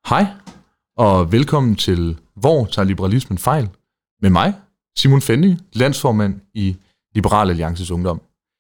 Hej, og velkommen til Hvor tager liberalismen fejl? Med mig, Simon Fending, landsformand i Liberal Alliances Ungdom.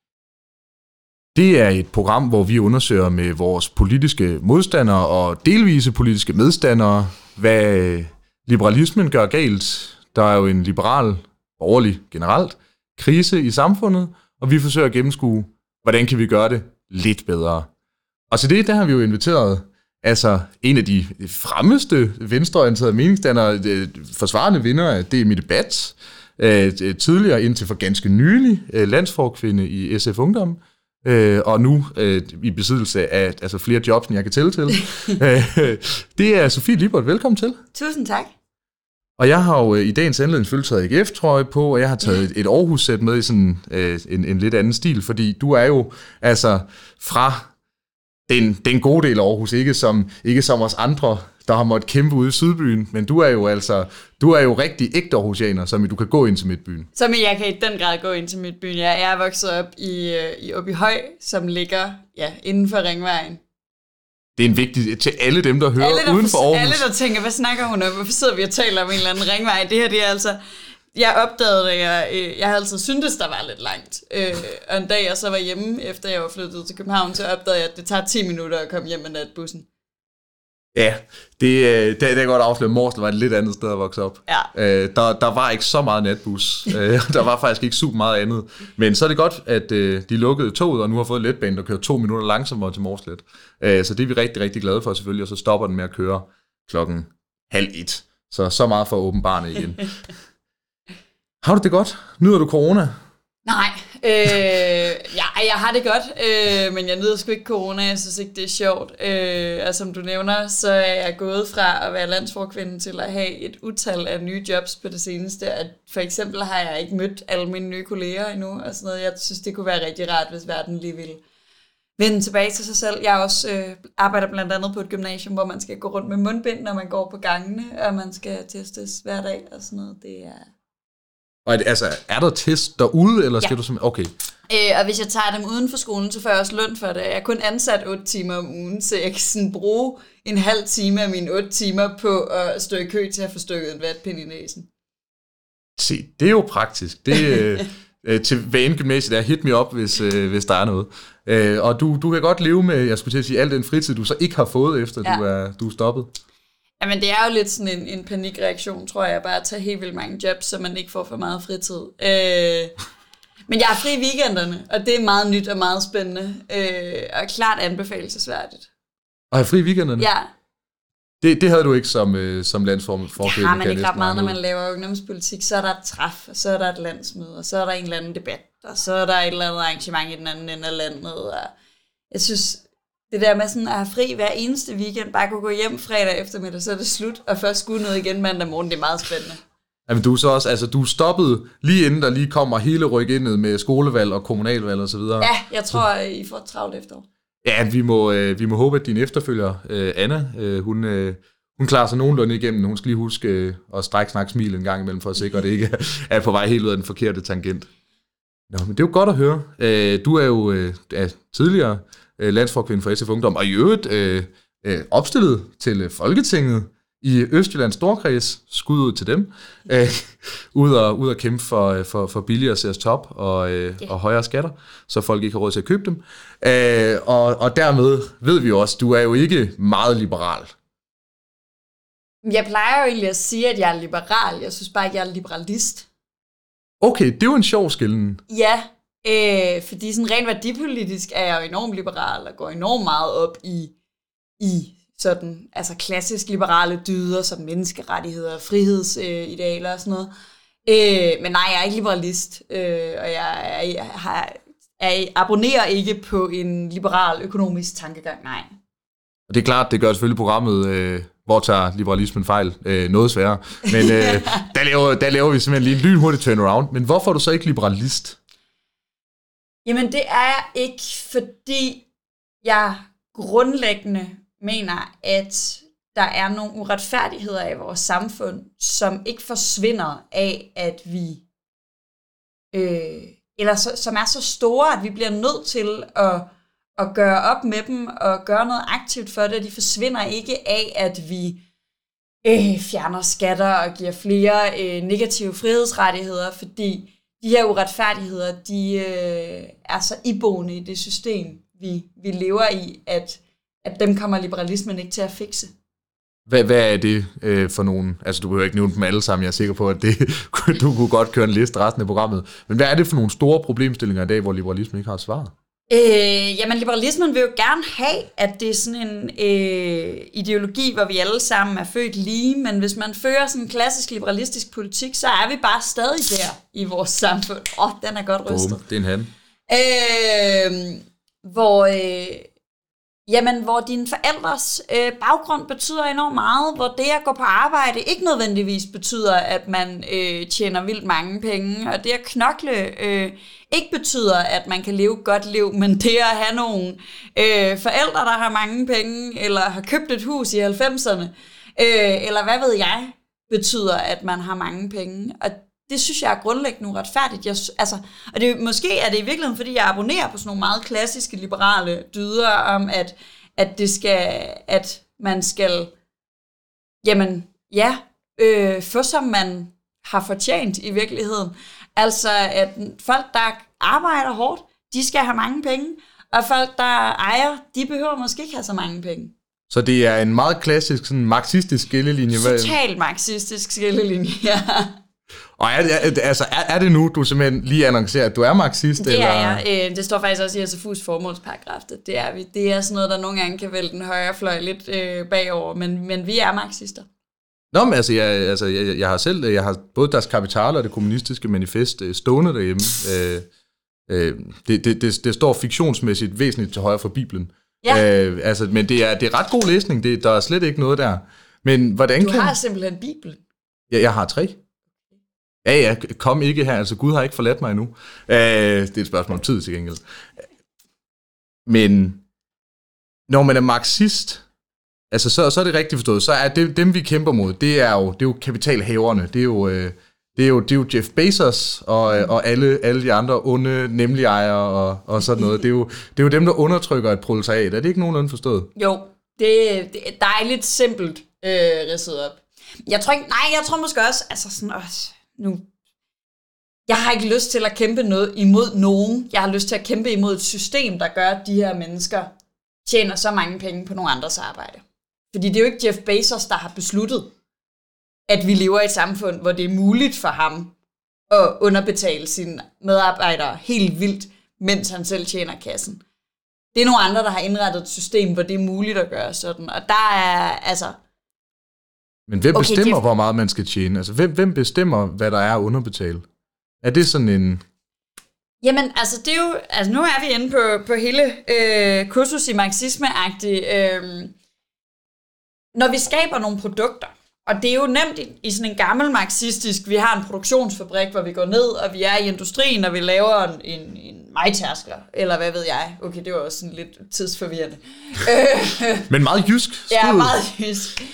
Det er et program, hvor vi undersøger med vores politiske modstandere og delvise politiske medstandere, hvad liberalismen gør galt. Der er jo en liberal, borgerlig generelt, krise i samfundet, og vi forsøger at gennemskue, hvordan kan vi gøre det lidt bedre. Og til det, der har vi jo inviteret en af de fremmeste venstreorienterede meningsdannere, forsvarende vinder af det med debat, tidligere indtil for ganske nylig landsforkvinde i SF Ungdom, og nu i besiddelse af flere jobs, end jeg kan tælle til. Det er Sofie Lippert. Velkommen til. Tusind tak. Og jeg har jo i dagens anledning selvfølgelig taget AGF-trøje på, og jeg har taget et Aarhus-sæt med i sådan en lidt anden stil, fordi du er jo fra den gode del af Aarhus, ikke som os andre, der har måttet kæmpe ude i Sydbyen, men du er jo rigtig ægte aarhusianer, som du kan gå ind til Midtbyen. Som jeg kan i den grad gå ind til Midtbyen. Jeg er vokset op i Åbyhøj, som ligger inden for Ringvejen. Det er en vigtig til alle dem, der hører uden for Aarhus. Alle, der tænker, hvad snakker hun om? Hvorfor sidder vi og taler om en eller anden ringvej? Det her, det er altså... Jeg opdagede det, jeg havde altid syntes, der var lidt langt. Og en dag, jeg så var hjemme, efter jeg var flyttet til København, så opdagede jeg, at det tager 10 minutter at komme hjem med natbussen. Ja, det er godt afsløret. Morsel var et lidt andet sted at vokse op. Ja. Der var ikke så meget natbus. Der var faktisk ikke super meget andet. Men så er det godt, at de lukkede toget, og nu har fået letbanen, der kører 2 minutter langsommere til Morslet. Så det er vi rigtig, rigtig glade for selvfølgelig, og så stopper den med at køre 12:30. Så meget for at åbne barnet igen. Har du det godt? Nyder du corona? Nej, jeg har det godt, men jeg nyder sgu ikke corona. Jeg synes ikke, det er sjovt. Og som du nævner, så er jeg gået fra at være landsforkvinde til at have et utal af nye jobs på det seneste. At for eksempel har jeg ikke mødt alle mine nye kolleger endnu. Og sådan noget. Jeg synes, det kunne være rigtig rart, hvis verden lige ville vende tilbage til sig selv. Jeg også arbejder blandt andet på et gymnasium, hvor man skal gå rundt med mundbind, når man går på gangene, og man skal testes hver dag og sådan noget. Det er... Og er der test derude, eller skal du simpelthen... Okay. Og hvis jeg tager dem uden for skolen, så får jeg også løn for det. Jeg er kun ansat 8 timer om ugen, så jeg kan sådan bruge en halv time af mine 8 timer på at stå i kø til at få stykket en vatpind i næsen. Se, det er jo praktisk. Det til hver en gymnasie, der hit me up, hvis der er noget. Og du kan godt leve med, jeg skulle til at sige, al den fritid, du så ikke har fået, efter du er stoppet. Jamen, det er jo lidt sådan en panikreaktion, tror jeg, bare at tage helt vildt mange jobs, så man ikke får for meget fritid. Men jeg er fri i weekenderne, og det er meget nyt og meget spændende, og klart anbefalelsesværdigt. Og have fri i weekenderne? Ja. Det havde du ikke som landsformand? Det har man ikke ret meget, når man laver ungdomspolitik. Så er der et træf, og så er der et landsmøde, og så er der en eller anden debat, og så er der et eller andet arrangement i den anden ende af landet. Og jeg synes... Det der med sådan at have fri hver eneste weekend, bare kunne gå hjem fredag eftermiddag, så er det slut, og først skulle noget igen mandag morgen, det er meget spændende. Jamen du er så også, du stoppede lige inden der lige kommer hele rykindet med skolevalg og kommunalvalg og så videre. Ja, jeg tror, I får et travlt efterår. Ja, vi må håbe, at din efterfølger, Anna, hun klarer sig nogenlunde igennem. Hun skal lige huske at snakke smil en gang imellem, for at sikre, at det ikke er på vej helt ud af den forkerte tangent. Nå, men det er jo godt at høre. Du er jo tidligere landsforkvinde for SF Ungdom, og i øvrigt opstillet til Folketinget i Østjyllands Storkreds, skud ud til dem, ud at kæmpe for billigere CS Top og højere skatter, så folk ikke har råd til at købe dem. Og dermed ved vi også, du er jo ikke meget liberal. Jeg plejer jo egentlig at sige, at jeg er liberal. Jeg synes bare, at jeg er liberalist. Okay, det er jo en sjov skillen. Ja, fordi sådan rent værdipolitisk er jeg jo enormt liberal og går enormt meget op i sådan, altså klassisk liberale dyder som menneskerettigheder, frihedsidealer og sådan noget. Men nej, jeg er ikke liberalist, og jeg abonnerer ikke på en liberal økonomisk tankegang, nej. Og det er klart, det gør selvfølgelig programmet, hvor tager liberalismen fejl, noget sværere. Men der laver vi simpelthen lige en lynhurtig turnaround. Men hvorfor er du så ikke liberalist? Jamen det er jeg ikke, fordi jeg grundlæggende mener, at der er nogle uretfærdigheder i vores samfund, som ikke forsvinder af, at vi, som er så store, at vi bliver nødt til at gøre op med dem og gøre noget aktivt for det, og de forsvinder ikke af, at vi fjerner skatter og giver flere negative frihedsrettigheder, fordi de her uretfærdigheder, de er så iboende i det system, vi lever i, at dem kommer liberalismen ikke til at fikse. Hvad er det for nogen? Altså, du behøver ikke nævne dem alle sammen. Jeg er sikker på, at du kunne godt køre en liste resten af programmet. Men hvad er det for nogle store problemstillinger i dag, hvor liberalismen ikke har svaret? Jamen, liberalismen vil jo gerne have, at det er sådan en ideologi, hvor vi alle sammen er født lige, men hvis man fører sådan en klassisk liberalistisk politik, så er vi bare stadig der i vores samfund. Den er godt rystet. Det er en han. Hvor dine forældres baggrund betyder enormt meget, hvor det at gå på arbejde ikke nødvendigvis betyder, at man tjener vildt mange penge, og det at knokle ikke betyder, at man kan leve et godt liv, men det at have nogle forældre, der har mange penge, eller har købt et hus i 90'erne, eller hvad ved jeg, betyder, at man har mange penge. Og det synes jeg er grundlæggende uretfærdigt. Måske er det i virkeligheden, fordi jeg abonnerer på sådan nogle meget klassiske liberale dyder om, at man skal, få som man har fortjent i virkeligheden. Altså, at folk, der arbejder hårdt, de skal have mange penge, og folk, der ejer, de behøver måske ikke have så mange penge. Så det er en meget klassisk, sådan marxistisk skillelinje? Totalt marxistisk skillelinje, ja. Og er det nu, du simpelthen lige annoncerer, at du er marxist? Det er jeg. Det står faktisk også i SFU's formålsparagraf. Det er vi. Det er sådan noget, der nogle gange kan vælge den højre fløj lidt bagover, men vi er marxister. Nå, men jeg har både Das Kapital og det kommunistiske manifest stående derhjemme. Det står fiktionsmæssigt væsentligt til højre for Bibelen. Ja. Men det er ret god læsning. Der er slet ikke noget der. Men hvordan har simpelthen Bibelen? Ja, jeg har 3. Ja, kom ikke her. Altså, Gud har ikke forladt mig endnu. Det er et spørgsmål om tid til gengæld. Men når man er marxist, altså, så er det rigtigt forstået. Så er det, dem, vi kæmper mod, det er jo kapitalhaverne. Det er jo Jeff Bezos og alle de andre onde, nemlig ejere og sådan noget. Det er jo dem, der undertrykker et proletariat. Er det ikke nogenlunde forstået? Jo, det er dejligt simpelt ridset op. Jeg tror måske også, jeg har ikke lyst til at kæmpe noget imod nogen. Jeg har lyst til at kæmpe imod et system, der gør, at de her mennesker tjener så mange penge på nogle andres arbejde. Fordi det er jo ikke Jeff Bezos, der har besluttet, at vi lever i et samfund, hvor det er muligt for ham at underbetale sine medarbejdere helt vildt, mens han selv tjener kassen. Det er nogle andre, der har indrettet et system, hvor det er muligt at gøre sådan. Og der er Men hvem bestemmer, hvor meget man skal tjene? Altså, hvem bestemmer, hvad der er at underbetale? Er det sådan en... Jamen, det er jo... Altså, nu er vi inde på hele kursus i marxisme-agtigt. Når vi skaber nogle produkter, og det er jo nemt i sådan en gammel marxistisk... Vi har en produktionsfabrik, hvor vi går ned, og vi er i industrien, og vi laver en majtærsker, eller hvad ved jeg. Okay, det var også sådan lidt tidsforvirrende. Men meget jysk. Ja, meget jysk.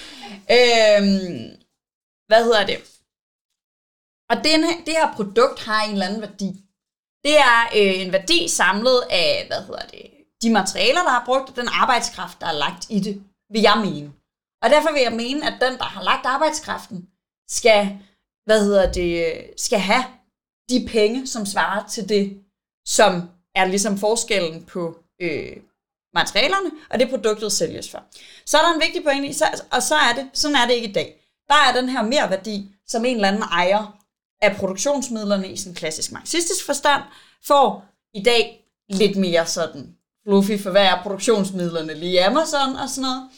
Og det her produkt har en eller anden værdi. Det er en værdi samlet af, de materialer, der er brugt, og den arbejdskraft, der er lagt i det, vil jeg mene. Og derfor vil jeg mene, at den, der har lagt arbejdskraften, skal have de penge, som svarer til det, som er ligesom forskellen på materialerne, og det produktet sælges for. Så er der en vigtig pointe i, og sådan er det ikke i dag. Der er den her merværdi, som en eller anden ejer af produktionsmidlerne i sådan klassisk marxistisk forstand, får i dag lidt mere sådan fluffy for, hvad er produktionsmidlerne lige Amazon og sådan noget.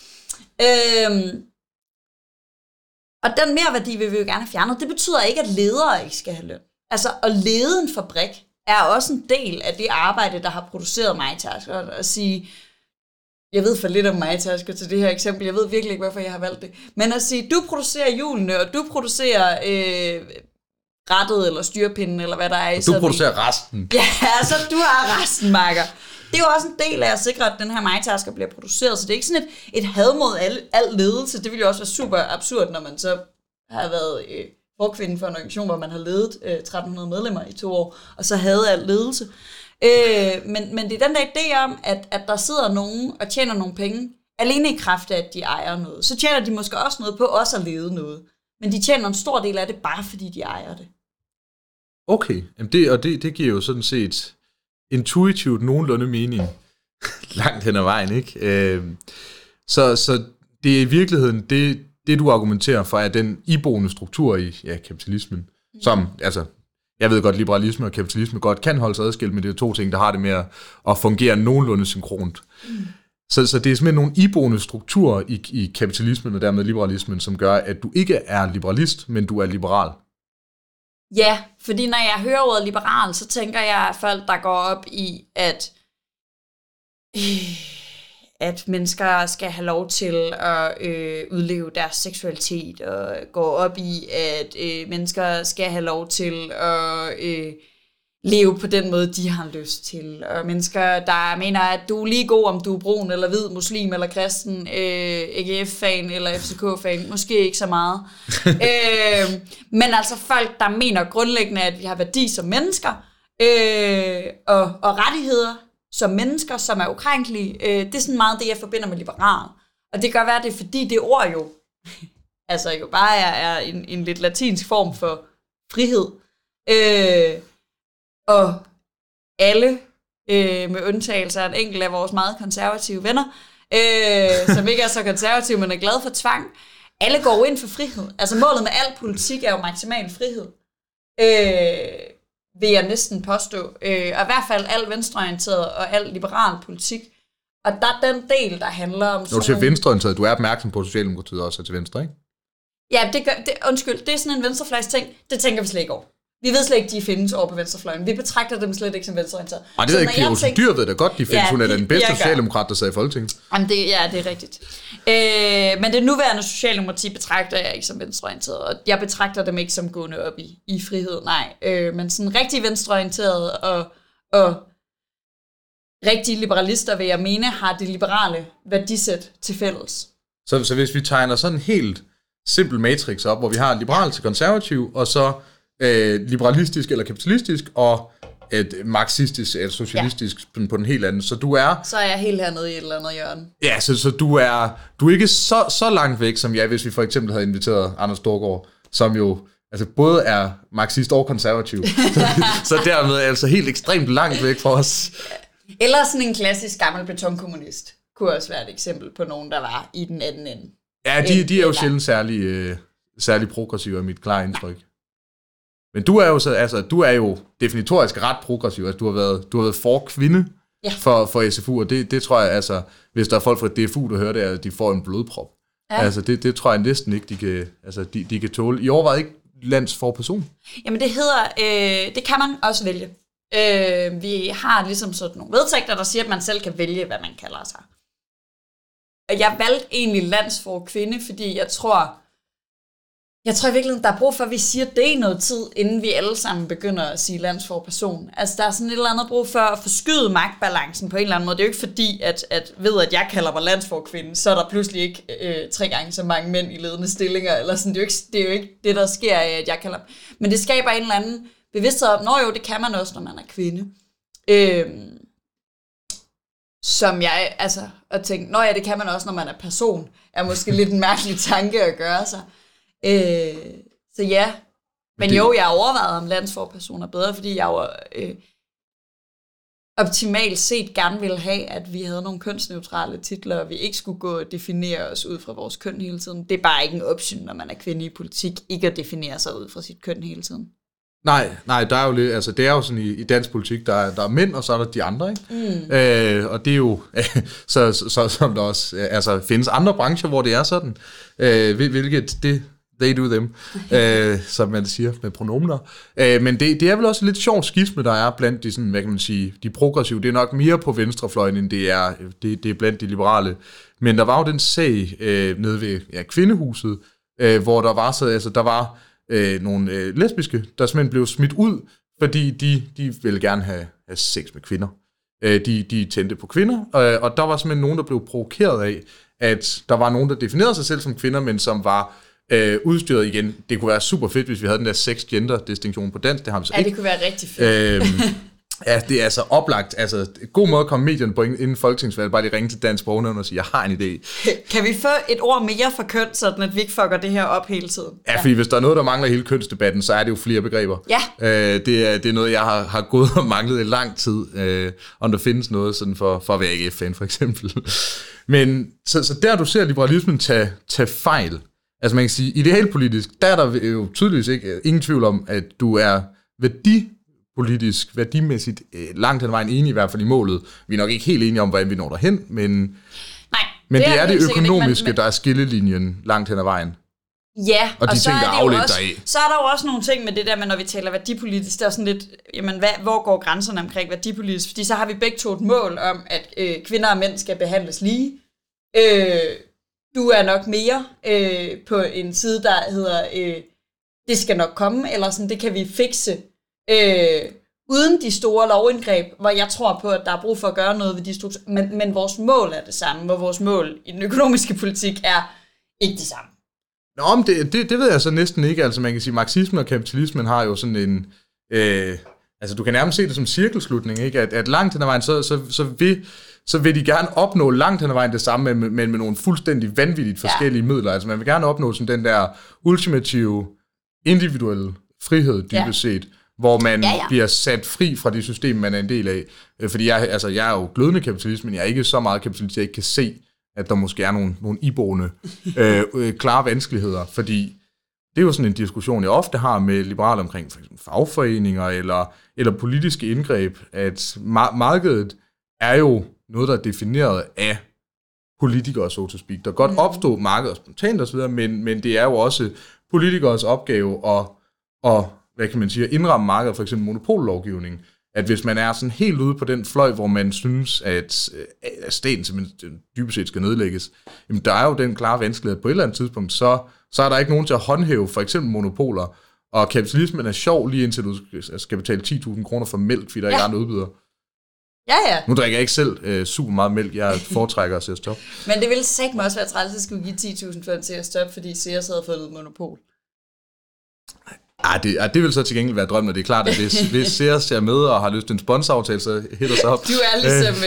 Og den merværdi vil vi jo gerne have fjernet. Det betyder ikke, at ledere ikke skal have løn. Altså, at lede en fabrik er også en del af det arbejde, der har produceret majtasker. Og sige, jeg ved for lidt om majtasker til det her eksempel, jeg ved virkelig ikke, hvorfor jeg har valgt det. Men at sige, du producerer hjulene, og du producerer rattet eller styrpinden, eller hvad der er i. Og du producerer resten. Ja, så du har resten, Marker. Det er jo også en del af at sikre, at den her majtasker bliver produceret, så det er ikke sådan et had mod al ledelse. Det ville jo også være super absurd, når man så har været forkvinde for en organisation, hvor man har ledet 1300 medlemmer i 2 år, og så havde al ledelse. Men det er den der idé om, at der sidder nogen og tjener nogle penge, alene i kraft af, at de ejer noget. Så tjener de måske også noget på også at lede noget. Men de tjener en stor del af det, bare fordi de ejer det. Okay, det giver jo sådan set intuitivt nogenlunde mening langt hen ad vejen, ikke? Så det er i virkeligheden det du argumenterer for, er den iboende struktur i kapitalismen, som, altså, jeg ved godt, liberalisme og kapitalisme godt kan holde sig adskilt, men det er to ting, der har det med at fungere nogenlunde synkront. Så det er simpelthen nogle iboende strukturer i kapitalismen og dermed liberalismen, som gør, at du ikke er liberalist, men du er liberal. Ja, fordi når jeg hører ordet liberal, så tænker jeg folk, der går op i, at mennesker skal have lov til at udleve deres seksualitet, og går op i, at mennesker skal have lov til at leve på den måde, de har lyst til. Og mennesker, der mener, at du er lige god, om du er brun eller hvid, muslim eller kristen, AGF-fan eller FCK-fan, måske ikke så meget. Men altså folk, der mener grundlæggende, at vi har værdi som mennesker, og rettigheder som mennesker, som er ukrænkelige. Det er sådan meget det, jeg forbinder med liberal. Og det kan være, det er fordi det ord jo, altså jo bare er en lidt latinsk form for frihed. Og alle, med undtagelse af en enkelt af vores meget konservative venner, som ikke er så konservative, men er glade for tvang, alle går jo ind for frihed. Altså målet med al politik er jo maksimal frihed. Vil jeg næsten påstå. Og i hvert fald al venstreorienteret og al liberal politik. Og der er den del, der handler om... Når du siger venstreorienteret, du er opmærksom på, at Socialdemokratiet også er til venstre, ikke? Ja, det er sådan en venstrefløjs ting. Det tænker vi slet ikke over. Vi ved slet ikke, de findes over på venstrefløjen. Vi betragter dem slet ikke som venstreorienterede. Nej, det er ikke Pia Olsen Dyhr ved da godt, de findes. Hun er den bedste socialdemokrat, der sidder i Folketinget. Jamen, det er rigtigt. Men det nuværende socialdemokrati betragter jeg ikke som venstreorienteret, og jeg betragter dem ikke som gående op i frihed, nej. Men sådan rigtig venstreorienteret og rigtige liberalister, vil jeg mene, har det liberale værdisæt til fælles. Så hvis vi tegner sådan en helt simpel matrix op, hvor vi har liberal til konservativ, og så liberalistisk eller kapitalistisk, og et marxistisk eller socialistisk på den helt anden. Så du er... Så er jeg helt hernede i et eller andet hjørne. Ja, så du er ikke så langt væk, som jeg, hvis vi for eksempel havde inviteret Anders Storgård, som jo altså både er marxist og konservativ. så dermed er altså helt ekstremt langt væk fra os. Eller sådan en klassisk gammel betonkommunist. Kunne også være et eksempel på nogen, der var i den anden ende. Ja, de er jo sjældent særlig progressive, af mit klare indtryk. Men du er jo definitorisk ret progressiv. Altså, du har været for kvinde for SFU, og det tror jeg, altså, hvis der er folk fra DFU, der hører det, at de får en blodprop. Ja. Altså, det tror jeg næsten ikke, de kan tåle. I overvejet ikke landsforperson? Jamen, det hedder, det kan man også vælge. Vi har ligesom sådan nogle vedtægter, der siger, at man selv kan vælge, hvad man kalder sig. Og jeg valgte egentlig landsfor kvinde, fordi jeg tror i virkeligheden, der er brug for, at vi siger det i noget tid, inden vi alle sammen begynder at sige landsforperson. Altså, der er sådan et eller andet brug for at forskyde magtbalancen på en eller anden måde. Det er jo ikke fordi, at ved at jeg kalder mig landsforkvinde, så er der pludselig ikke 3 gange så mange mænd i ledende stillinger, eller sådan. Det er jo ikke det, der sker af, at jeg kalder. Men det skaber en eller anden bevidsthed om, det kan man også, når man er kvinde. Som jeg, at tænke, det kan man også, når man er person, er måske lidt en mærkelig tanke at gøre sig. Så ja, men jeg har overvejet om landsforpersoner bedre, fordi jeg jo optimalt set gerne ville have, at vi havde nogle kønsneutrale titler, og vi ikke skulle gå og definere os ud fra vores køn hele tiden. Det er bare ikke en option, når man er kvinde i politik, ikke at definere sig ud fra sit køn hele tiden. Nej, der er jo lidt, altså det er jo sådan i dansk politik, der er mænd, og så er der de andre, ikke? Og det er jo, så som der også, findes andre brancher, hvor det er sådan, hvilket det, they do them, som man siger med pronomener. Men det er vel også lidt sjovt skisme, der er blandt de, sådan, hvad kan man sige, de progressive. Det er nok mere på venstrefløjen, end det er blandt de liberale. Men der var jo den sag nede ved kvindehuset, hvor der var der var nogle lesbiske, der simpelthen blev smidt ud, fordi de ville gerne have sex med kvinder. De tændte på kvinder, og der var simpelthen nogen, der blev provokeret af, at der var nogen, der definerede sig selv som kvinder, men som var udstyret igen. Det kunne være super fedt, hvis vi havde den der sex-gender-distinktion på dansk. Det har vi så ikke. Det kunne være rigtig fedt. Ja, det er altså oplagt. Altså, god måde at komme medierne på inden folketingsvalget, bare lige ringe til Dansk Sprognævn og sige, jeg har en idé. Kan vi få et ord mere for køn, sådan at vi ikke fucker det her op hele tiden? Ja, fordi hvis der er noget, der mangler i hele kønsdebatten, så er det jo flere begreber. Ja. Det er noget, jeg har gået og manglet i lang tid, om der findes noget sådan for at være AGF-fan, for eksempel. Men så der, du ser liberalismen tage fejl. Altså man kan sige, idealpolitisk, der er der jo tydeligvis ingen tvivl om, at du er værdimæssigt langt hen vejen enige, i hvert fald i målet. Vi er nok ikke helt enige om, hvordan vi når derhen, men det er det økonomiske, ikke, der er skillelinjen langt hen ad vejen. Ja, og de ting, der afledt deraf. Så er der jo også nogle ting med det der med, når vi taler værdipolitisk, der er sådan lidt, jamen, hvor går grænserne omkring værdipolitisk? Fordi så har vi begge to et mål om, at kvinder og mænd skal behandles lige. Du er nok mere på en side, der hedder, det skal nok komme, eller sådan, det kan vi fikse, uden de store lovindgreb, hvor jeg tror på, at der er brug for at gøre noget ved de strukturer. Men vores mål er det samme, hvor vores mål i den økonomiske politik er ikke det samme. Nå, men det ved jeg så næsten ikke. Altså man kan sige, marxismen og kapitalismen har jo sådan en... altså du kan nærmest se det som cirkelslutning, ikke? At langt hen ad vejen, så vil de gerne opnå langt hen ad vejen det samme, men med nogle fuldstændig vanvittigt forskellige midler. Altså man vil gerne opnå sådan den der ultimative, individuelle frihed, dybest set, hvor man bliver sat fri fra det system, man er en del af. Fordi jeg er jo glødende kapitalist, men jeg er ikke så meget kapitalist, jeg ikke kan se, at der måske er nogle iboende klare vanskeligheder, fordi det er jo sådan en diskussion, jeg ofte har med liberale omkring for eksempel fagforeninger eller politiske indgreb, at markedet er jo noget, der er defineret af politikere, so to speak. Der kan godt opstå markeder spontant osv., men det er jo også politikers opgave at hvad kan man sige, at indramme markedet, for eksempel monopollovgivning. At hvis man er sådan helt ude på den fløj, hvor man synes, at staten simpelthen dybest set skal nedlægges, jamen der er jo den klare vanskelighed, at på et eller andet tidspunkt, så er der ikke nogen til at håndhæve for eksempel monopoler, og kapitalismen er sjov lige indtil du skal betale 10.000 kroner for mælk, fordi der ikke er andre udbyder. Ja. Nu drikker jeg ikke selv super meget mælk, jeg foretrækker at se stop. Men det ville sikkert også være træls, at skulle give 10.000 for en se stop, fordi Sears havde fået et monopol. Det vil så til gengæld være drømmen, og det er klart, at hvis Sears er med og har lyst til en sponsoraftale, så hitter sig op. Du er ligesom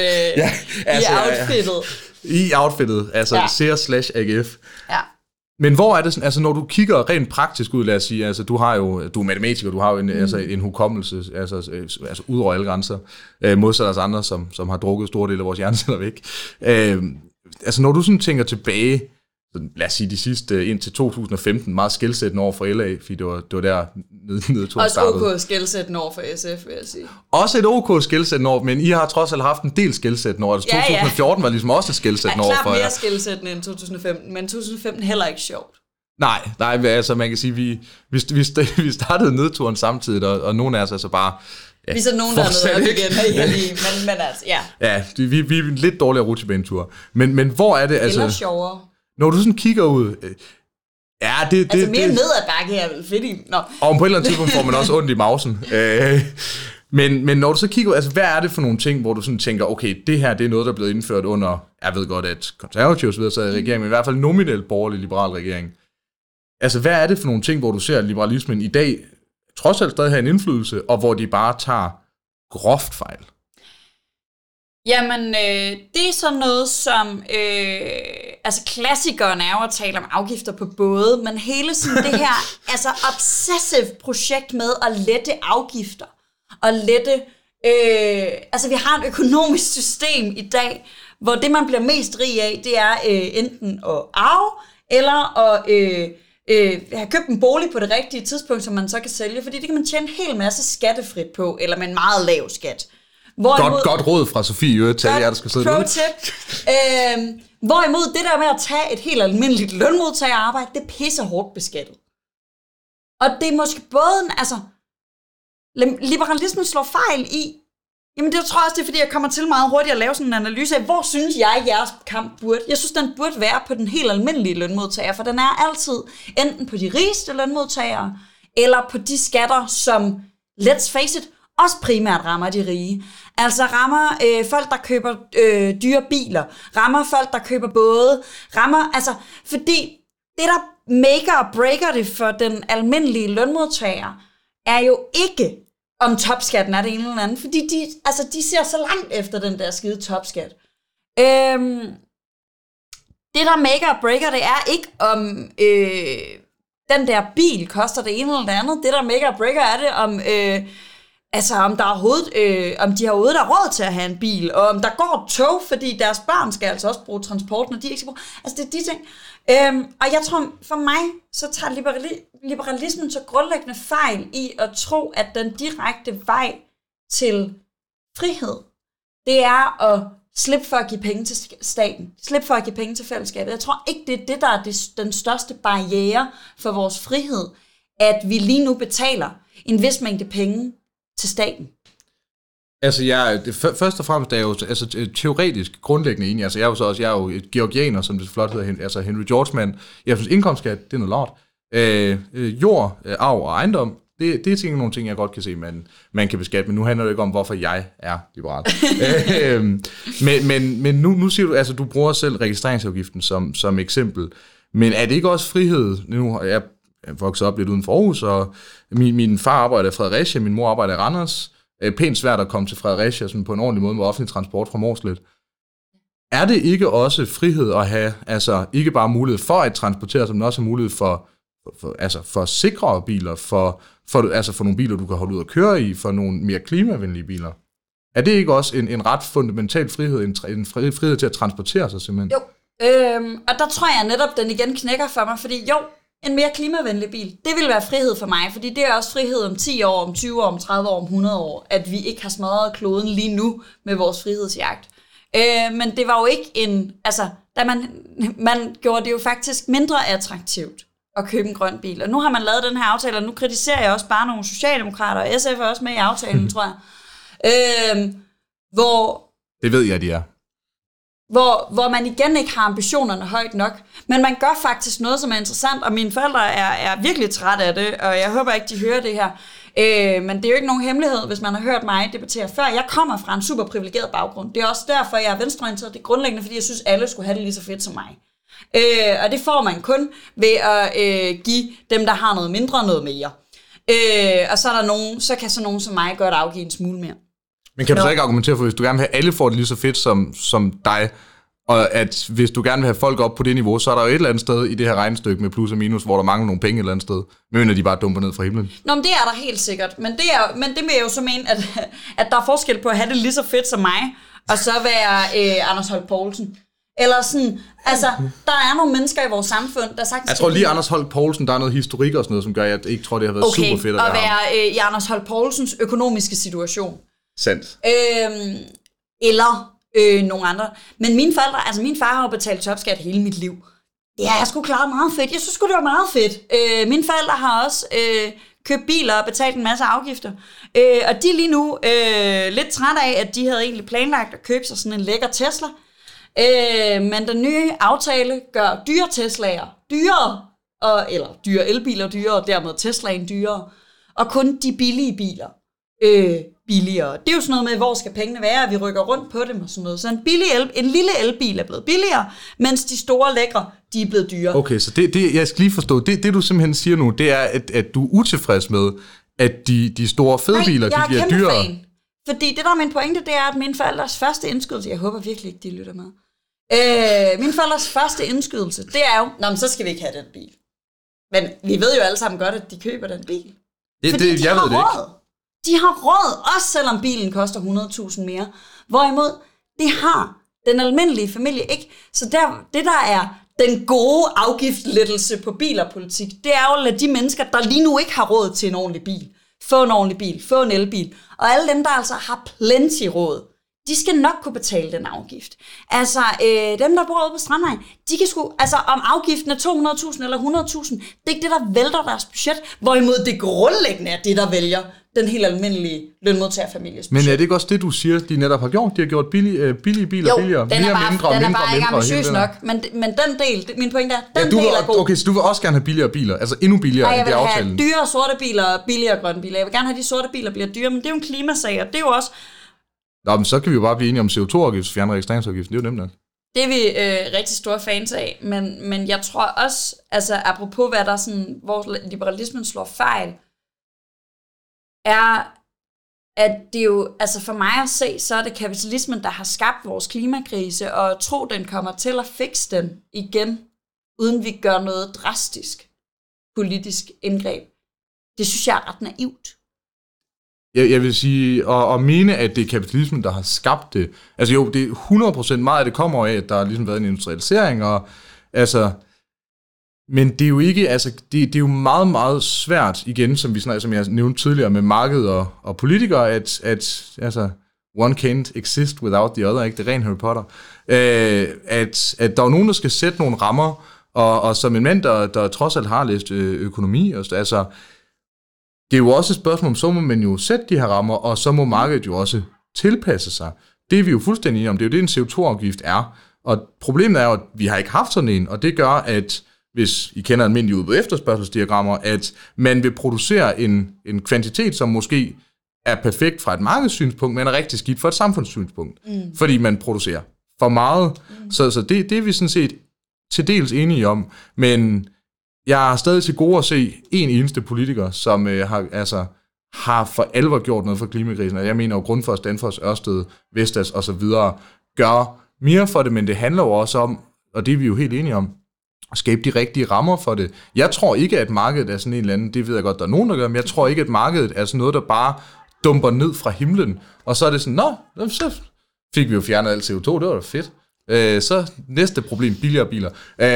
i outfittet. I outfittet, altså Sears/AGF. Ja. Men hvor er det sådan, altså når du kigger rent praktisk ud, lad os sige, altså du er matematiker, du har jo en hukommelse, altså ud over alle grænser, modsat os andre, som har drukket store dele af vores hjerneceller væk. Altså når du sådan tænker tilbage, lad os sige de sidste indtil 2015, meget skelsættende år for LA, fordi det var der nedturen startede. Også OK skelsættende år for SF, vil jeg sige. Også et OK skelsættende år, men I har trods alt haft en del skelsættende år. Altså 2014 var ligesom også et skelsættende år for jer. Klart mere skelsættende end 2015, men 2015 heller ikke sjovt. Nej, altså man kan sige, vi startede nedturen samtidig, og nogle af os altså bare... Ja, vi er så nogen, der er nede igen, men altså, ja. Ja, vi er en lidt dårligere rutsjebanetur. Men hvor er det altså... Eller sjovere. Når du sådan kigger ud... mere ned ad bakke er vel fedt i... Og på et eller andet tidspunkt får man også ondt i mausen. Men når du så kigger ud, altså hvad er det for nogle ting, hvor du sådan tænker, okay, det her det er noget, der er blevet indført under, jeg ved godt, at konservative og så videre sad i regeringen, men i hvert fald nominelt borgerlig liberal regering. Altså hvad er det for nogle ting, hvor du ser, at liberalismen i dag trods alt stadig har en indflydelse, og hvor de bare tager groft fejl? Jamen, det er sådan noget som, altså klassikeren er jo at tale om afgifter på både, men hele sådan det her, altså obsessive projekt med at lette afgifter, og lette, altså vi har et økonomisk system i dag, hvor det man bliver mest rig af, det er enten at arve, eller at have købt en bolig på det rigtige tidspunkt, som man så kan sælge, fordi det kan man tjene en hel masse skattefrit på, eller med en meget lav skat. Godt råd fra Sofie til jer, der skal sidde derude. Hvorimod det der med at tage et helt almindeligt lønmodtagerarbejde, det er pisse hårdt beskattet. Og det er måske både, altså, liberalismen slår fejl i, jamen det tror jeg også, det er fordi, jeg kommer til meget hurtigt at lave sådan en analyse af, hvor synes jeg, jeres kamp burde. Jeg synes, den burde være på den helt almindelige lønmodtager, for den er altid enten på de rigeste lønmodtagere, eller på de skatter, som, let's face it, også primært rammer de rige. Altså rammer folk, der køber dyre biler, rammer folk, der køber både, altså, fordi det, der maker og breaker det for den almindelige lønmodtager, er jo ikke om topskatten er det ene eller andet, fordi de ser så langt efter den der skide topskat. Det, der maker og breaker, det er ikke om den der bil koster det ene eller det andet. Det, der maker og breaker, er det om, om der overhovedet, om de har overhovedet råd til at have en bil, og om der går tog, fordi deres børn skal altså også bruge transport, når de ikke skal bruge. Altså, det er de ting. Og jeg tror, for mig, så tager liberalismen så grundlæggende fejl i at tro, at den direkte vej til frihed, det er at slippe for at give penge til staten, slippe for at give penge til fællesskabet. Jeg tror ikke, det er det, der er den største barriere for vores frihed, at vi lige nu betaler en vis mængde penge til staten. Altså, først og fremmest er jeg jo teoretisk grundlæggende enig. Altså, jeg er jo et georgianer, som det flot hedder, altså Henry George-mand. Jeg synes, indkomstskat, det er noget lort. Jord, arv og ejendom, det er nogle ting, jeg godt kan se, man kan beskatte, men nu handler det ikke om, hvorfor jeg er liberal. men nu siger du, altså du bruger selv registreringsafgiften som eksempel, men er det ikke også frihed? Nu er jeg vokset op lidt uden for Aarhus, og min far arbejder i Fredericia, min mor arbejder i Randers. Pænt svært at komme til Fredericia sådan på en ordentlig måde med offentlig transport fra Mårslet. Er det ikke også frihed at have, altså ikke bare mulighed for at transportere, men også mulighed for sikre biler, for nogle biler, du kan holde ud og køre i, for nogle mere klimavenlige biler? Er det ikke også en ret fundamental frihed, en frihed til at transportere sig simpelthen? Jo, og der tror jeg netop, den igen knækker for mig, fordi jo, en mere klimavenlig bil, det vil være frihed for mig, fordi det er også frihed om 10 år, om 20 år, om 30 år, om 100 år, at vi ikke har smadret kloden lige nu med vores frihedsjagt. Men det var jo ikke da man gjorde det jo faktisk mindre attraktivt at købe en grøn bil. Og nu har man lavet den her aftale, og nu kritiserer jeg også bare nogle socialdemokrater, og SF er også med i aftalen, tror jeg. Det ved jeg, de er. Hvor man igen ikke har ambitionerne højt nok. Men man gør faktisk noget, som er interessant, og mine forældre er virkelig trætte af det, og jeg håber ikke, de hører det her. Men det er jo ikke nogen hemmelighed, hvis man har hørt mig debattere før. Jeg kommer fra en super privilegeret baggrund. Det er også derfor, jeg er venstreorienteret. Det er grundlæggende, fordi jeg synes, alle skulle have det lige så fedt som mig. Og det får man kun ved at give dem, der har noget mindre, noget mere. Og så er der nogen, så kan sådan nogen som mig godt afgive en smule mere. Men kan du så ikke argumentere for, hvis du gerne vil have alle får det lige så fedt som dig, og at hvis du gerne vil have folk op på det niveau, så er der jo et eller andet sted i det her regnestykke med plus og minus, hvor der mangler nogle penge et eller andet sted, men at de bare dumper ned fra himlen. Nå, men det er der helt sikkert. Men det vil jeg jo så mene, at der er forskel på at have det lige så fedt som mig, og så være Anders Holk Poulsen. Eller sådan, altså, der er nogle mennesker i vores samfund, der sagtens... Jeg tror lige Anders Holk Poulsen, der er noget historik og sådan noget, som gør, at jeg ikke tror, det har været super fedt at være i Anders Holk Poulsens økonomiske situation. Sandt. Eller nogle andre. Men mine forældre, altså min far har jo betalt topskat hele mit liv. Ja, jeg skulle klare meget fedt. Jeg synes det var meget fedt. Mine forældre har også købt biler og betalt en masse afgifter. Og de er lige nu lidt trætte af, at de havde egentlig planlagt at købe sig sådan en lækker Tesla. Men den nye aftale gør dyre Teslaer dyrere, eller dyre elbiler dyrere, og dermed Teslaen dyrere. Og kun de billige biler billigere. Det er jo sådan noget med, hvor skal pengene være, at vi rykker rundt på dem og sådan noget. Så en lille elbil er blevet billigere, mens de store lækre, de er blevet dyrere. Okay, så det jeg skal lige forstå, det du simpelthen siger nu, det er, at du er utilfreds med, at de store fede biler, de bliver dyrere. Nej, fan. Fordi det der er min pointe, det er, at mine forældres første indskydelse, jeg håber virkelig ikke, de lytter med. Min forældres første indskydelse, det er jo, men så skal vi ikke have den bil. Men vi ved jo alle sammen godt, at de køber den bil. Fordi de har råd. De har råd, også selvom bilen koster 100.000 mere. Hvorimod, det har den almindelige familie ikke. Så det der er den gode afgiftslettelse på bilerpolitik, det er jo at lade de mennesker, der lige nu ikke har råd til en ordentlig bil, få en ordentlig bil, få en elbil. Og alle dem, der altså har plenty råd, de skal nok kunne betale den afgift. Altså, dem, der bor ude på Strandvejen, de kan sgu, altså om afgiften er 200.000 eller 100.000, det er ikke det, der vælter deres budget, hvorimod det grundlæggende er det, der vælger den helt almindelige lønmodtagerfamilies budget. Men er det ikke også det, du siger, de netop har gjort? De har gjort billige biler billigere, den er bare ikke ambitiøs nok, men den del, min pointe er, del er god. Okay, så du vil også gerne have billigere biler, altså endnu billigere end det aftalen? Jeg vil have dyre sorte biler og billigere grønne biler. Jeg vil gerne have, de sorte biler bliver dyre, men det er jo en klimasag, og det er jo også... Nå, men så kan vi jo bare blive enige om CO2-afgift, fjerne registreringsafgiften, det er jo nemt nok. Det er vi rigtig store fans af, men jeg tror også, altså apropos hvad der sådan, hvor liberalismen slår fejl, er at det er jo, altså for mig at se, så er det kapitalismen, der har skabt vores klimakrise, og tro, den kommer til at fikse den igen, uden vi gør noget drastisk politisk indgreb. Det synes jeg er ret naivt. Jeg vil sige, og mene, at det er kapitalismen, der har skabt det. Altså jo, det er 100% meget af det kommer af, at der har ligesom været en industrialisering, og altså, men det er jo ikke, altså, det er jo meget, meget svært, igen, som jeg nævnte tidligere, med marked og politikere, at altså, one can't exist without the other, ikke? Det er ren Harry Potter. At der er nogen, der skal sætte nogle rammer, og som en mand, der trods alt har læst økonomi, altså, det er jo også et spørgsmål om, så må man jo sætte de her rammer, og så må markedet jo også tilpasse sig. Det er vi jo fuldstændig enige om. Det er jo det, en CO2-afgift er. Og problemet er jo, at vi har ikke haft sådan en, og det gør, at hvis I kender almindelige udbud efterspørgselsdiagrammer, at man vil producere en kvantitet, som måske er perfekt fra et markedssynspunkt, men er rigtig skidt fra et samfundssynspunkt. Fordi man producerer for meget. Så det er vi sådan set til dels enige om. Men jeg er stadig til gode at se en eneste politiker, som har for alvor gjort noget for klimakrisen. Og jeg mener jo Grundfos, Danfoss, Ørsted, Vestas osv. gør mere for det, men det handler jo også om, og det er vi jo helt enige om, at skabe de rigtige rammer for det. Jeg tror ikke, at markedet er sådan en eller anden, det ved jeg godt, der er nogen, der gør, men jeg tror ikke, at markedet er sådan noget, der bare dumper ned fra himlen, og så er det sådan, så fik vi jo fjernet alt CO2, det var da fedt. Så næste problem, billigere biler.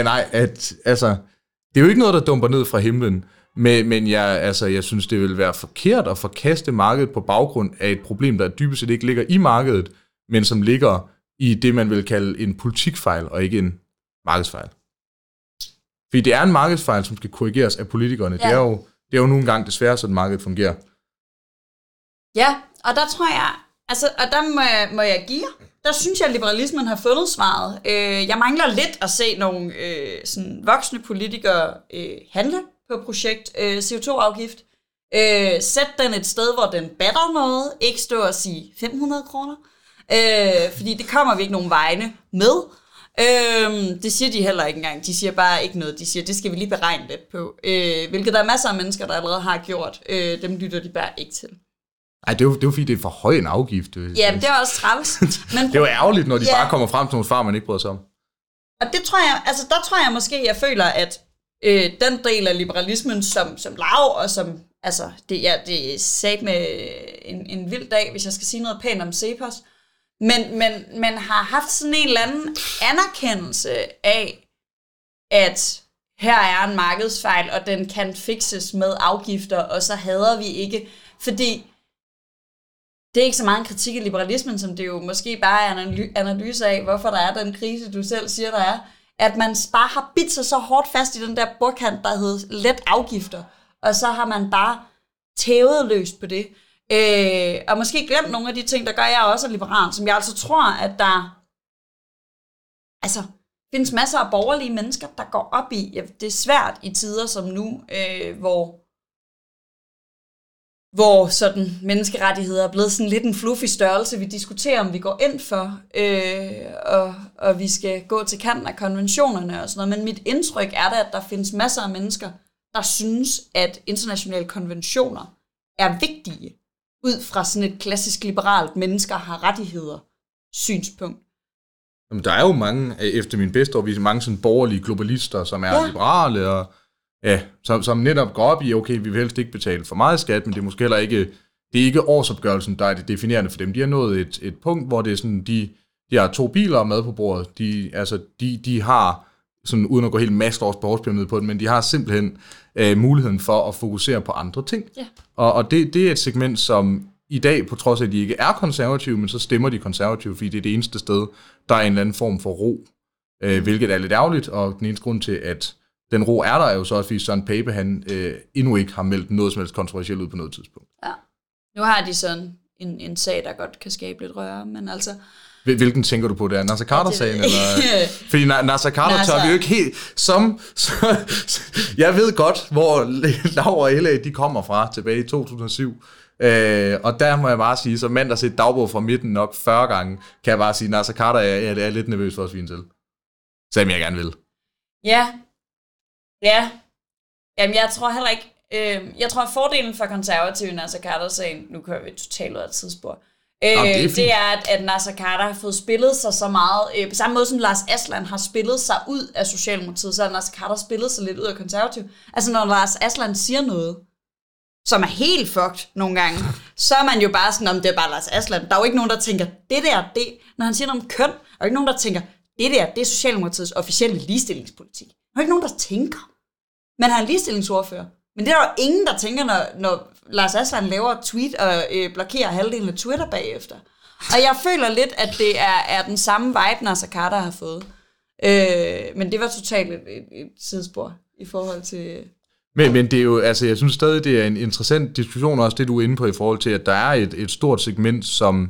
Det er jo ikke noget, der dumper ned fra himlen, men jeg synes, det vil være forkert at forkaste markedet på baggrund af et problem, der dybest set ikke ligger i markedet, men som ligger i det, man vil kalde en politikfejl, og ikke en markedsfejl. Fordi det er en markedsfejl, som skal korrigeres af politikerne. Ja. Det er jo nogle gange desværre, sådan markedet fungerer. Ja, og der tror jeg, og der må jeg give. Der synes jeg, at liberalismen har fundet svaret. Jeg mangler lidt at se nogle sådan voksne politikere handle på projekt CO2-afgift. Sæt den et sted, hvor den batter noget. Ikke stå og sige 500 kroner. Fordi det kommer vi ikke nogen vegne med. Det siger de heller ikke engang. De siger bare ikke noget. De siger, det skal vi lige beregne lidt på. Hvilket der er masser af mennesker, der allerede har gjort. Dem lytter de bare ikke til. Ej, det er jo fordi, det er for høj en afgift. Ja, det er også træls. Men det er jo ærgerligt, når de bare kommer frem til nogle svar, man ikke bryder sig om. Og det tror jeg, der tror jeg måske, jeg føler, at den del af liberalismen, som lav, og som, det er sat med en vild dag, hvis jeg skal sige noget pænt om Cepos, men har haft sådan en eller anden anerkendelse af, at her er en markedsfejl, og den kan fikses med afgifter, og så hader vi ikke, fordi det er ikke så meget en kritik af liberalismen, som det jo måske bare er en analyse af, hvorfor der er den krise, du selv siger, der er. At man bare har bidt sig så hårdt fast i den der bordkant, der hedder let afgifter. Og så har man bare tævet løst på det. Og måske glemt nogle af de ting, der gør jeg også liberal, som jeg altså tror, at der findes masser af borgerlige mennesker, der går op i. Ja, det er svært i tider som nu, hvor sådan menneskerettigheder er blevet sådan lidt en fluffy størrelse. Vi diskuterer, om vi går ind for, og vi skal gå til kanten af konventionerne og sådan noget. Men mit indtryk er da, at der findes masser af mennesker, der synes, at internationale konventioner er vigtige, ud fra sådan et klassisk liberalt mennesker har rettigheder synspunkt. Jamen, der er jo mange, efter min bedste overbevisning, mange sådan borgerlige globalister, som er liberale og som netop går op i, okay, vi vil helst ikke betale for meget skat, men det er måske heller ikke, det er ikke årsopgørelsen, der er det definerende for dem. De har nået et punkt, hvor det er sådan, de har 2 biler og mad på bordet. De har, sådan, uden at gå helt masters behovspyramide på det, men de har simpelthen muligheden for at fokusere på andre ting. Yeah. Og det er et segment, som i dag, på trods af, at de ikke er konservative, men så stemmer de konservative, fordi det er det eneste sted, der er en eller anden form for ro, hvilket er lidt ærgerligt, og den eneste grund til, at den ro er der, er jo så også, fordi Søren Pape, han endnu ikke har meldt noget som helst kontroversielt ud på noget tidspunkt. Ja. Nu har de sådan en sag, der godt kan skabe lidt røre, men altså... Hvilken tænker du på? Det er Naser Khader-sagen? Eller? Fordi Naser Khader tør vi jo ikke helt... Jeg ved godt, hvor Laura og LA, de kommer fra tilbage i 2007. Og der må jeg bare sige, som mand, der har set dagbog fra midten nok 40 gange, kan jeg bare sige, at Naser Khader er lidt nervøs for at svine til. Selvom jeg gerne vil. Ja. Jamen, jeg tror heller ikke... Jeg tror, at fordelen for konservative i Naser Khader-sagen, nu kører vi totalt ud af et tidsspor, det er, at Naser Khader har fået spillet sig så meget, på samme måde som Lars Aslan har spillet sig ud af Socialdemokratiet, så har Naser Khader spillet sig lidt ud af konservative. Altså når Lars Aslan siger noget, som er helt fucked nogle gange, så er man jo bare sådan, om det er bare Lars Aslan. Der er jo ikke nogen, der tænker, det. Når han siger noget om køn, der er jo ikke nogen, der tænker, det er Socialdemokratiets officielle ligestillingspolitik. Der er jo ikke nogen, der tænker. Men han er en ligestillingsordfører. Men det er der jo ingen, der tænker, når Lars Aslan laver et tweet og blokerer halvdelen af Twitter bagefter. Og jeg føler lidt, at det er den samme vibe, Naser Khader har fået. Men det var totalt et sidespor i forhold til... Men det er jo, altså jeg synes stadig, det er en interessant diskussion, også det du er inde på i forhold til, at der er et stort segment, som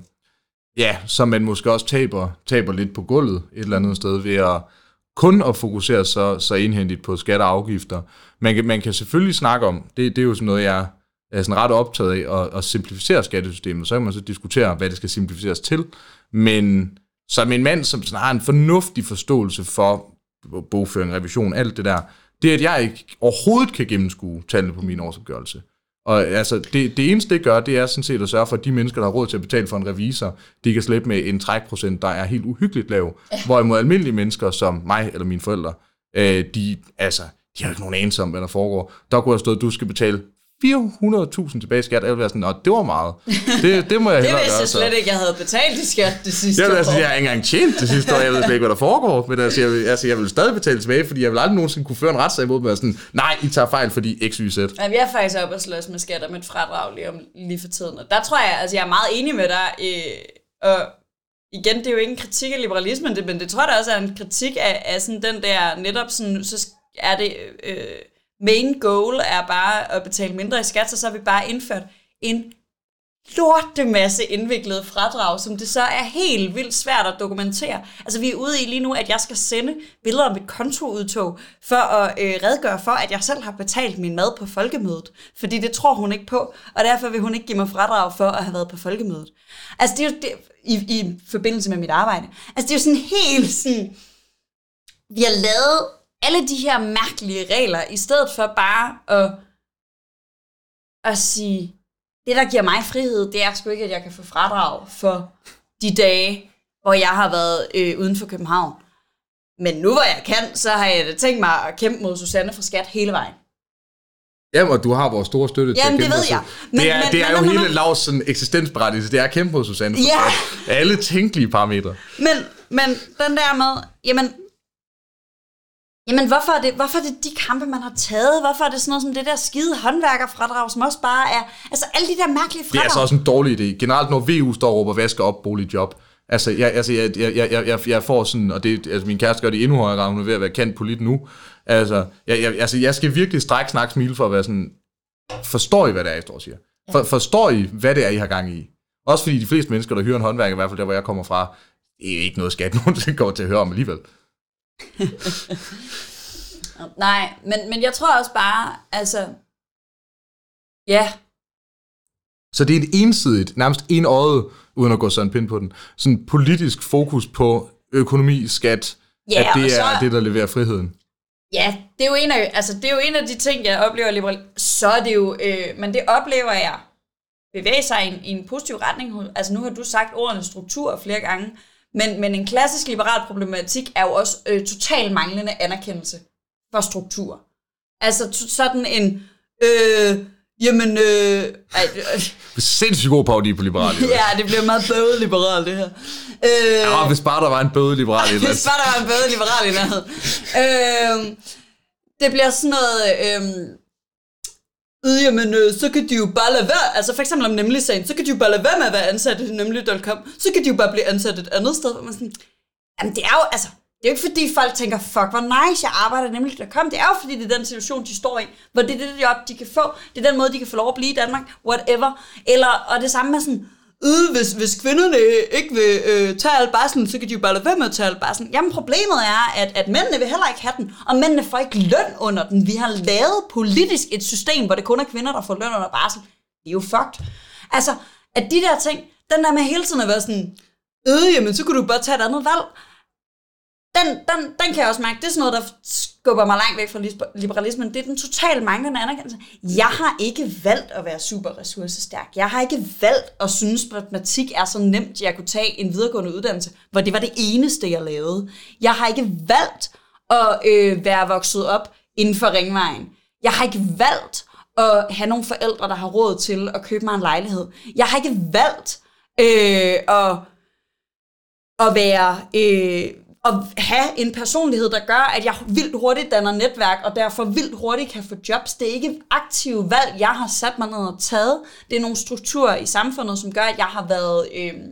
man måske også taber lidt på gulvet et eller andet sted ved at kun at fokusere så indhentet på skatter og afgifter. Man kan selvfølgelig snakke om, det er jo sådan noget, jeg er sådan ret optaget af, at simplificere skattesystemet, så kan man så diskutere, hvad det skal simplificeres til, men som en mand, som har en fornuftig forståelse for bogføring, revision, alt det der, det er, at jeg ikke overhovedet kan gennemskue tallene på min årsopgørelse. Og altså, det eneste, det gør, det er sådan set at sørge for, at de mennesker, der har råd til at betale for en revisor, de kan slippe med en trækprocent, der er helt uhyggeligt lav. Hvorimod almindelige mennesker, som mig eller mine forældre, de har jo ikke nogen anelse om, hvad der foregår. Der kunne have stået, at du skal betale 400.000 tilbage i skat, jeg ville være sådan, det var meget. Det må jeg hellere gøre. Det vidste jeg slet ikke, jeg havde betalt i skat det sidste år. Jeg har ikke engang tjent det sidste år, jeg ved slet ikke, hvad der foregår. Men jeg vil stadig betale tilbage, fordi jeg vil aldrig nogensinde kunne føre en retssag imod mig, sådan, nej, I tager fejl, fordi X, Y, Z. Ja, vi er faktisk oppe og slås med skatter med et fradrag lige for tiden. Og der tror jeg, jeg er meget enig med dig, og igen, det er jo ikke en kritik af liberalismen, men det tror jeg da også er en kritik af sådan den der, netop sådan, så er det... main goal er bare at betale mindre i skat, så har vi bare indført en lortemasse indviklede fradrag, som det så er helt vildt svært at dokumentere. Altså vi er ude i lige nu, at jeg skal sende billeder om et kontoudtog, for at redegøre for, at jeg selv har betalt min mad på folkemødet. Fordi det tror hun ikke på, og derfor vil hun ikke give mig fradrag for at have været på folkemødet. Altså det er jo i forbindelse med mit arbejde. Altså det er jo sådan helt sådan, vi har lavet alle de her mærkelige regler, i stedet for bare at sige, det der giver mig frihed, det er sgu ikke, at jeg kan få fradrag for de dage, hvor jeg har været uden for København. Men nu hvor jeg kan, så har jeg da tænkt mig at kæmpe mod Susanne fra Skat hele vejen. Jamen, og du har vores store støtte til at kæmpe. Jamen, det ved jeg. Det er jo hele Lavs eksistensberettigelse, det er at kæmpe mod Susanne fra Skat. Alle tænkelige parametre. Men den der med, Jamen, hvorfor er det de kampe, man har taget? Hvorfor er det sådan noget som det der skide håndværkerfradrag, som også bare er... Altså, alle de der mærkelige fradrag. Det er altså også en dårlig idé. Generelt, når VU står og råber, vasker op, boligjob. Altså, jeg får sådan... Og det, altså, min kæreste gør det endnu højere grad, hun er ved at være kendt polit nu. Altså, jeg skal virkelig strække, snakke, smile for at være sådan... Forstår I, hvad det er, jeg står og siger? Forstår I, hvad det er, I har gang i? Også fordi de fleste mennesker, der hører en håndværker, i hvert fald der, hvor jeg kommer fra, det er ikke noget skat, nogen kommer til at høre om alligevel. Nej, men jeg tror også bare, altså, ja. Så det er et ensidigt, nærmest enøjet, uden at gå sådan en pind på den, sådan politisk fokus på økonomi, skat, at det er det, der leverer friheden. Ja, det er jo en af de ting, jeg oplever liberalt. Så er det jo, men det oplever jeg bevæge sig i en positiv retning. Altså nu har du sagt ordene struktur flere gange, men en klassisk liberal problematik er jo også total manglende anerkendelse for struktur. Altså sådan en, sindssygt god parodi på liberal. Ja, det bliver meget bøvet liberal, det her. Hvis bare der var en bøvet liberal i Hvis bare der var en bøvet liberal i nærheden. Det bliver sådan noget... så kan de jo bare lade være, altså for eksempel om Nemlig-sagen, så kan de jo bare lade være med at være ansat i Nemlig.com, så kan de jo bare blive ansat et andet sted, hvor man sådan, jamen det er jo, altså, det er jo ikke fordi folk tænker, fuck hvor nice, jeg arbejder i Nemlig.com, det er jo fordi det er den situation, de står i, hvor det er det job, de kan få, det er den måde, de kan få lov at blive i Danmark, whatever, eller, og det samme med sådan, hvis kvinderne ikke vil tage al barslen, så kan de jo bare lade være med at tage al barslen. Jamen problemet er, at mændene vil heller ikke have den, og mændene får ikke løn under den. Vi har lavet politisk et system, hvor det kun er kvinder, der får løn under barsel. Det er jo fucked. Altså, at de der ting, den der med hele tiden at være sådan, jamen så kunne du bare tage et andet valg. den kan jeg også mærke. Det er sådan noget, der skubber mig langt væk fra liberalismen. Det er den totalt manglende anerkendelse. Jeg har ikke valgt at være super ressourcestærk. Jeg har ikke valgt at synes, at matematik er så nemt, at jeg kunne tage en videregående uddannelse, hvor det var det eneste, jeg lavede. Jeg har ikke valgt at være vokset op inden for Ringvejen. Jeg har ikke valgt at have nogle forældre, der har råd til at købe mig en lejlighed. Jeg har ikke valgt at være... at have en personlighed, der gør, at jeg vildt hurtigt danner netværk, og derfor vildt hurtigt kan få jobs. Det er ikke aktive valg, jeg har sat mig ned og taget. Det er nogle strukturer i samfundet, som gør, at jeg har været...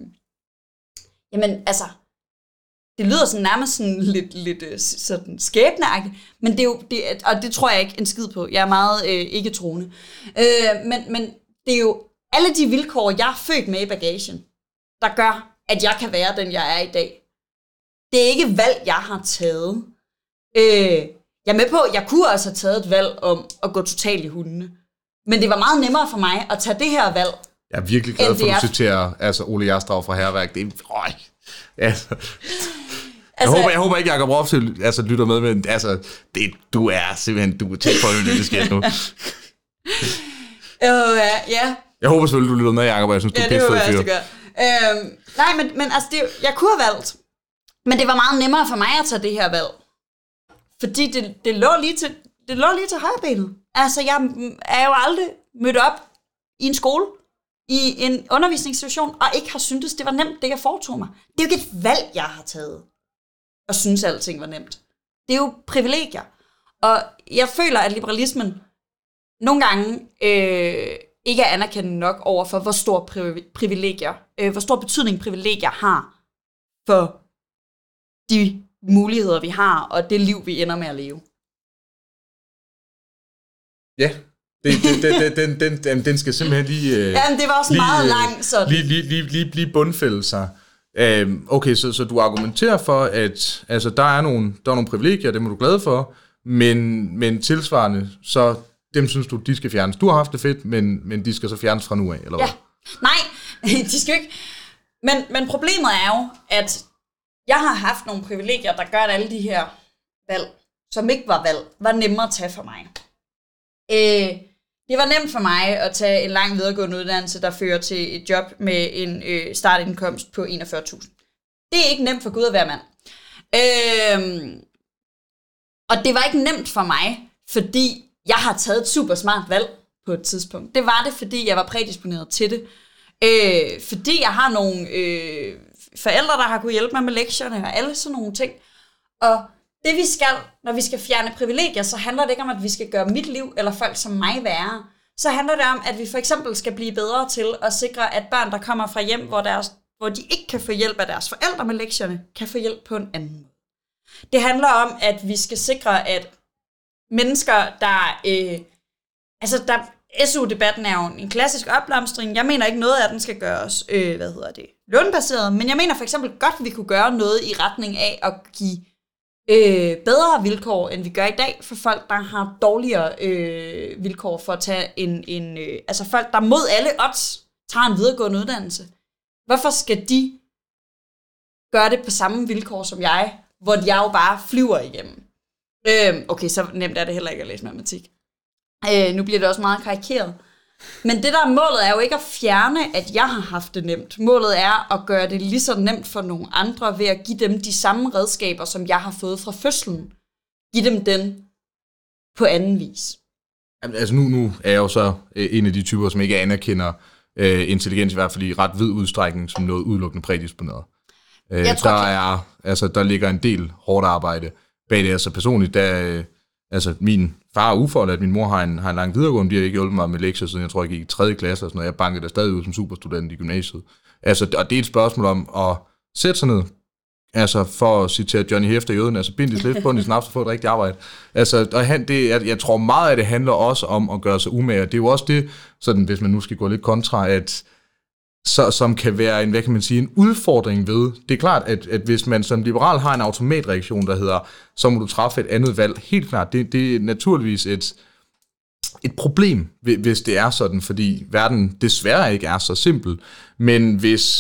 det lyder sådan nærmest sådan lidt sådan skæbneagtigt, men det er jo... og det tror jeg ikke en skid på. Jeg er meget ikke troende. Men det er jo alle de vilkår, jeg er født med i bagagen, der gør, at jeg kan være den, jeg er i dag. Det er ikke valg, jeg har taget. Jeg er med på, at jeg kunne også have taget et valg om at gå totalt i hundene. Men det var meget nemmere for mig at tage det her valg. Jeg er virkelig glad for, at du citerer Ole Jerstrau fra Hærværk. Det er... Jeg håber ikke, Jacob Rofsø lytter med, men du er simpelthen tæt på det sker nu. Ja. Jeg håber selvfølgelig, du lytter med, Jacob, og jeg synes, du er pisse fed fyr. Nej, men altså, jeg kunne have valgt. Men det var meget nemmere for mig at tage det her valg. Fordi det lå lige til højrebenet. Altså, jeg er jo aldrig mødt op i en skole, i en undervisningssituation, og ikke har syntes, det var nemt, det jeg foretog mig. Det er jo ikke et valg, jeg har taget, og synes, alting var nemt. Det er jo privilegier. Og jeg føler, at liberalismen nogle gange ikke er anerkendt nok over for, hvor stor betydning privilegier har for de muligheder, vi har, og det liv, vi ender med at leve. Ja, den skal simpelthen lige... Jamen, det var også meget langt, så... Lige bundfælde sig. Okay, så du argumenterer for, at altså, der er nogle privilegier, det må du glade for, men tilsvarende, så dem synes du, de skal fjernes. Du har haft det fedt, men de skal så fjernes fra nu af, eller hvad? Ja, nej, de skal ikke. Men problemet er jo, at jeg har haft nogle privilegier, der gør, at alle de her valg, som ikke var valg, var nemmere at tage for mig. Det var nemt for mig at tage en lang videregående uddannelse, der fører til et job med en startindkomst på 41.000. Det er ikke nemt for Gud at være mand. Og det var ikke nemt for mig, fordi jeg har taget et super smart valg på et tidspunkt. Det var det, fordi jeg var prædisponeret til det. Fordi jeg har nogle forældre, der har kunne hjælpe mig med lektierne og alle sådan nogle ting. Og det vi skal, når vi skal fjerne privilegier, så handler det ikke om, at vi skal gøre mit liv eller folk som mig værre. Så handler det om, at vi for eksempel skal blive bedre til at sikre, at børn, der kommer fra hjem, hvor de ikke kan få hjælp af deres forældre med lektierne, kan få hjælp på en anden måde. Det handler om, at vi skal sikre, at mennesker, SU-debatten er jo en klassisk opblomstring. Jeg mener ikke noget af den skal gøres lånebaseret, men jeg mener for eksempel godt, at vi kunne gøre noget i retning af at give bedre vilkår, end vi gør i dag, for folk, der har dårligere vilkår for at tage altså folk, der mod alle odds tager en videregående uddannelse. Hvorfor skal de gøre det på samme vilkår som jeg, hvor jeg jo bare flyver igennem? Okay, så nemt er det heller ikke at læse matematik. Nu bliver det også meget karikeret. Men det der er målet er jo ikke at fjerne, at jeg har haft det nemt. Målet er at gøre det lige så nemt for nogle andre ved at give dem de samme redskaber, som jeg har fået fra fødslen. Giv dem den på anden vis. Altså nu er jeg jo så en af de typer, som ikke anerkender intelligens, i hvert fald i ret vid udstrækning, som noget udelukkende prædisponeret. Der ligger en del hårdt arbejde bag det. Altså personligt, min far er ufaglært, min mor har en lang videregående, de har ikke hjulpet mig med lektier, siden jeg tror, jeg gik i 3. klasse og sådan noget. Jeg bankede der stadig ud som superstudent i gymnasiet. Altså, og det er et spørgsmål om at sætte sig ned, altså for at citere Johnny Hæfter i Jøden, altså bind dit slift på den i snaps og få et rigtigt arbejde. Altså, og jeg tror meget af det handler også om at gøre sig umage. Det er jo også det, sådan, hvis man nu skal gå lidt kontra, at som kan være en udfordring ved. Det er klart, at hvis man som liberal har en automatreaktion, der hedder, så må du træffe et andet valg. Helt klart, det er naturligvis et problem, hvis det er sådan, fordi verden desværre ikke er så simpel. Men hvis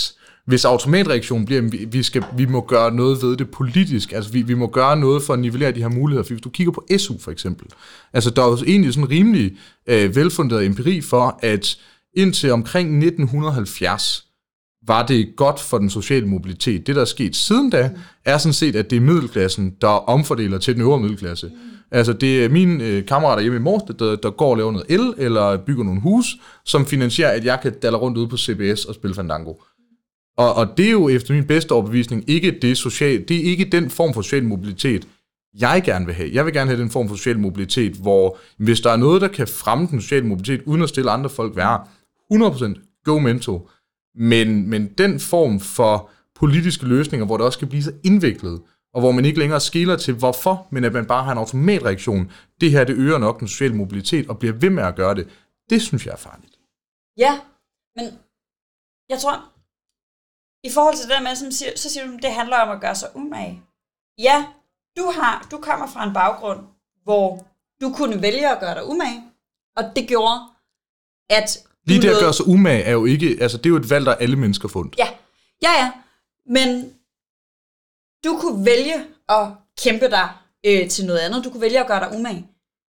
hvis automatreaktionen bliver, vi må gøre noget ved det politisk, altså vi må gøre noget for at nivellere de her muligheder, for hvis du kigger på SU for eksempel, altså der er jo egentlig sådan en rimelig velfunderet empiri for, at indtil omkring 1970 var det godt for den sociale mobilitet. Det, der er sket siden da, er sådan set, at det er middelklassen, der omfordeler til den øvre middelklasse. Altså, det er mine kammerater hjemme i Mors, der går og laver noget el, eller bygger nogle hus, som finansierer, at jeg kan dalle rundt ude på CBS og spille Fandango. Og det er jo efter min bedste overbevisning ikke det er ikke den form for social mobilitet, jeg gerne vil have. Jeg vil gerne have den form for social mobilitet, hvor hvis der er noget, der kan fremme den sociale mobilitet, uden at stille andre folk værre, 100% go mento. Men den form for politiske løsninger, hvor det også kan blive så indviklet, og hvor man ikke længere skeler til hvorfor, men at man bare har en automatreaktion, det her, det øger nok den sociale mobilitet, og bliver ved med at gøre det, det synes jeg er farligt. Ja, men jeg tror, i forhold til det med, så siger du, det handler om at gøre sig umage. Ja, du kommer fra en baggrund, hvor du kunne vælge at gøre dig umage, og det gjorde, at lige det at gøre sig umage er jo ikke, altså det er jo et valg, der er alle mennesker fundet. Ja, men du kunne vælge at kæmpe dig til noget andet. Du kunne vælge at gøre dig umage.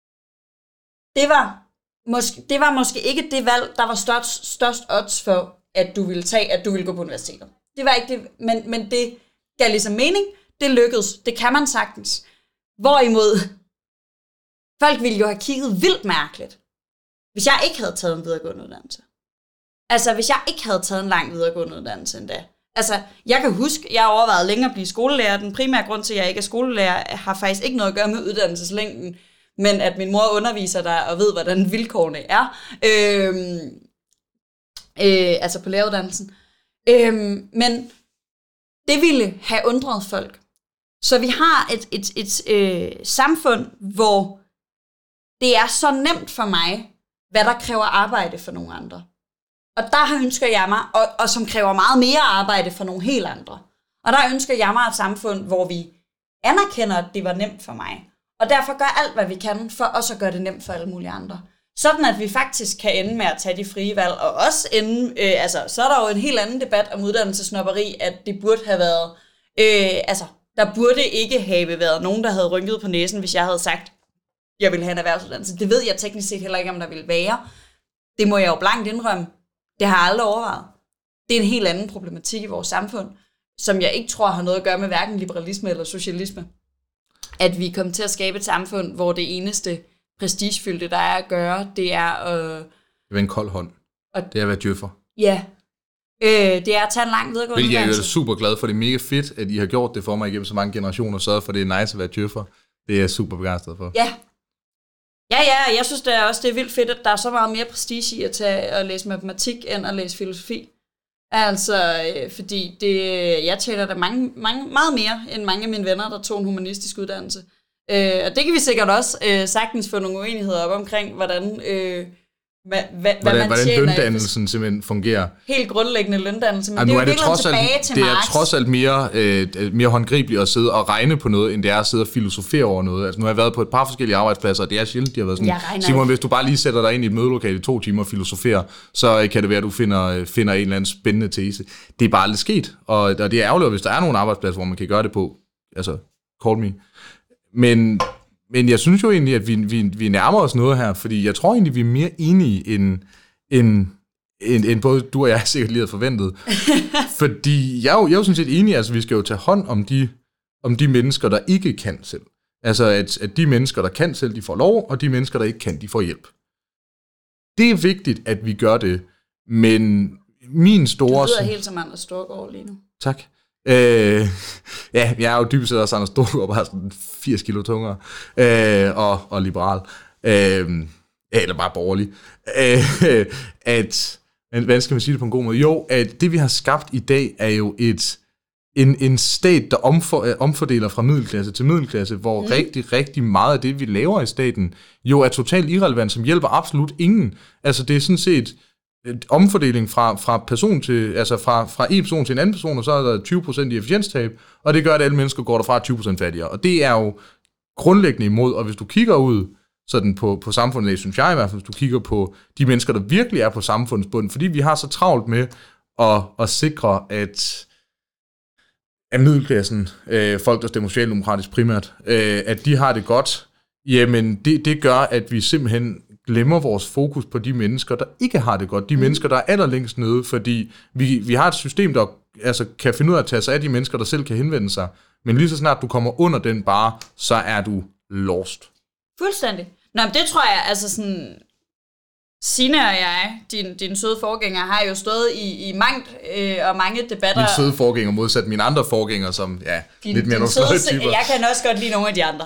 Det var måske ikke det valg, der var størst odds for, at du ville tage, at du ville gå på universitetet. Det var ikke det, men det gav ligesom mening. Det lykkedes. Det kan man sagtens. Hvorimod, folk ville jo have kigget vildt mærkeligt, hvis jeg ikke havde taget en videregående uddannelse. Altså, hvis jeg ikke havde taget en lang videregående uddannelse endda. Altså, jeg kan huske, jeg overvejede længe at blive skolelærer. Den primære grund til, at jeg ikke er skolelærer, har faktisk ikke noget at gøre med uddannelseslængden, men at min mor underviser dig og ved, hvordan vilkårene er. Altså på læreruddannelsen. Men det ville have undret folk. Så vi har et samfund, hvor det er så nemt for mig, hvad der kræver arbejde for nogle andre. Og der ønsker jeg mig, og som kræver meget mere arbejde for nogle helt andre. Og der ønsker jeg mig et samfund, hvor vi anerkender, at det var nemt for mig. Og derfor gør alt, hvad vi kan, for også at gøre det nemt for alle mulige andre. Sådan at vi faktisk kan ende med at tage de frie valg, og også ende, så er der jo en helt anden debat om uddannelsesnobberi, at det burde have været, der burde ikke have været nogen, der havde rynket på næsen, hvis jeg havde sagt, jeg ville have en erhvervsuddannelse. Det ved jeg teknisk set heller ikke, om der ville være. Det må jeg jo blankt indrømme. Det har jeg aldrig overvejet. Det er en helt anden problematik i vores samfund, som jeg ikke tror har noget at gøre med hverken liberalisme eller socialisme. At vi kommer til at skabe et samfund, hvor det eneste prestigefyldte, der er at gøre, det er at... Det er en kold hånd. Det er at være djøffer. Ja. Det er at tage en lang videregående uddannelse. Jeg er jo super glad for, det er mega fedt, at I har gjort det for mig igennem så mange generationer, og sørget for, det er nice at være djøffer. Det er jeg super begejstret for. Ja. Ja, jeg synes det er vildt fedt, at der er så meget mere prestige i at læse matematik, end at læse filosofi. Altså, fordi jeg tjener da meget mere, end mange af mine venner, der tog en humanistisk uddannelse. Og det kan vi sikkert også sagtens få nogle uenigheder op omkring, hvordan løndannelsen simpelthen fungerer. Helt grundlæggende løndannelse, men det er jo virkelig tilbage til Marx. Det er trods alt mere håndgribeligt at sidde og regne på noget, end det er at sidde og filosofere over noget. Altså nu har jeg været på et par forskellige arbejdspladser, og det er sjældent, de har været sådan, Simon, hvis du bare lige sætter dig ind i et mødelokale i 2 timer og filosoferer, så kan det være, at du finder en eller anden spændende tese. Det er bare aldrig sket, og det er ærgerligt, hvis der er nogle arbejdspladser, hvor man kan gøre det på. Altså, call me. Men jeg synes jo egentlig, at vi nærmer os noget her, fordi jeg tror egentlig, vi er mere enige end både du og jeg sikkert lige havde forventet. Fordi jeg er jo sådan set enig, altså vi skal jo tage hånd om de mennesker, der ikke kan selv. Altså at de mennesker, der kan selv, de får lov, og de mennesker, der ikke kan, de får hjælp. Det er vigtigt, at vi gør det, men min store... Du lyder helt som Anders Storgård lige nu. Tak. Ja, jeg er jo dybest set også Anders Storgård, bare sådan 80 kilo tungere, og liberal, eller bare borgerlig, at, hvad skal man sige det på en god måde? Jo, at det vi har skabt i dag er jo en stat, der omfordeler fra middelklasse til middelklasse, hvor rigtig meget af det, vi laver i staten, jo er totalt irrelevant, som hjælper absolut ingen. Altså det er sådan set omfordeling fra person til, altså fra en person til en anden person, og så er der 20% i efficienstab, og det gør, at alle mennesker går derfra 20% fattigere. Og det er jo grundlæggende imod, og hvis du kigger ud sådan på samfundet, synes jeg i hvert fald, hvis du kigger på de mennesker, der virkelig er på samfundets bund, fordi vi har så travlt med at sikre, at middelklassen, folk der stemmer socialdemokratisk primært, at de har det godt, jamen det gør, at vi simpelthen glemmer vores fokus på de mennesker, der ikke har det godt. De mennesker, der er allerlængst nede, fordi vi har et system, der altså, kan finde ud af at tage sig af de mennesker, der selv kan henvende sig. Men lige så snart du kommer under den bare, så er du lost. Fuldstændig. Nå, men det tror jeg, altså sådan... Signe og jeg, din søde forgænger, har jo stået i mangt og mange debatter. Min søde forgænger modsat mine andre forgængere, som lidt mere nogle sløje typer. Jeg kan også godt lide nogle af de andre.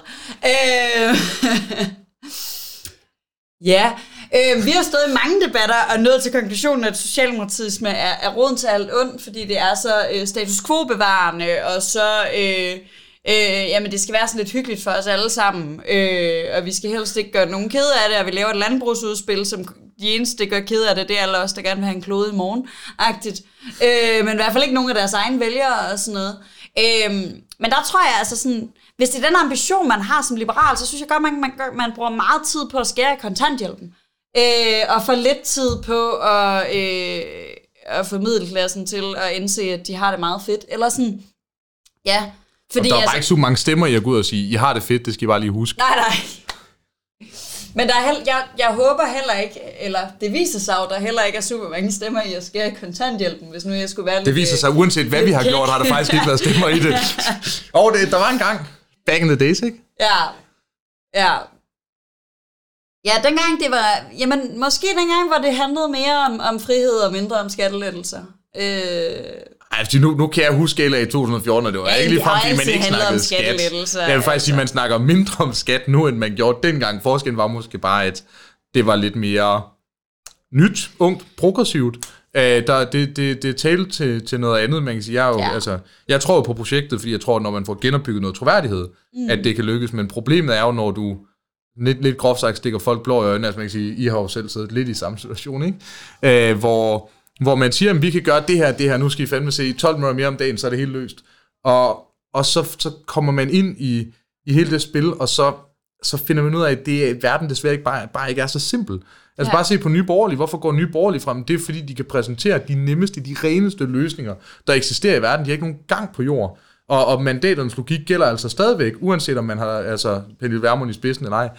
Ja, vi har stået i mange debatter og nået til konklusionen, at socialdemokratisme er roden til alt ondt, fordi det er så status quo-bevarende, og så... jamen det skal være sådan lidt hyggeligt for os alle sammen, og vi skal helst ikke gøre nogen ked af det, og vi laver et landbrugsudspil, som de eneste, der gør ked af det, det er alle os, der gerne vil have en klode i morgen-agtigt. Men i hvert fald ikke nogen af deres egne vælgere og sådan noget. Men der tror jeg altså sådan, hvis det er den ambition, man har som liberal, så synes jeg godt, man bruger meget tid på at skære i kontanthjælpen, og for lidt tid på at få middelklassen til at indse, at de har det meget fedt, eller sådan, ja. Fordi, og der er bare ikke så mange stemmer, jeg går ud og sige, I har det fedt, det skal I bare lige huske. Nej. Men der er jeg håber heller ikke, eller det viser sig jo, der heller ikke er super mange stemmer i at skære i kontanthjælpen, hvis nu jeg skulle være lidt... Det viser sig, uanset hvad vi har gjort, har der faktisk ikke været stemmer i det. Og der var en gang, back in the days, ikke? Ja, dengang det var... Jamen, måske dengang, hvor det handlede mere om frihed og mindre om skattelettelser. Altså, nu kan jeg huske LA i 2014, og det var ikke lige frem, fordi man ikke snakkede skat. Jeg vil faktisk sige, at man snakker mindre om skat nu, end man gjorde dengang. Forskellen var måske bare, at det var lidt mere nyt, ungt, progressivt. Det talte til noget andet, man kan sige. Jeg tror på projektet, fordi jeg tror, at når man får genopbygget noget troværdighed, at det kan lykkes. Men problemet er jo, når du lidt groft sagt stikker folk blå i øjnene. Altså man kan sige, I har jo selv siddet lidt i samme situation, ikke? Hvor man siger, at vi kan gøre det her, nu skal I fandme se 12 minutter mere om dagen, så er det helt løst. Og så kommer man ind i hele det spil, og så finder man ud af, at verden desværre ikke bare ikke er så simpel. Altså bare se på Nye Borgerlige. Hvorfor går Nye Borgerlige frem? Det er fordi, de kan præsentere de nemmeste, de reneste løsninger, der eksisterer i verden. De har ikke nogen gang på jord. Og mandaternes logik gælder altså stadigvæk, uanset om man har Pernille Vermund i spidsen eller ej.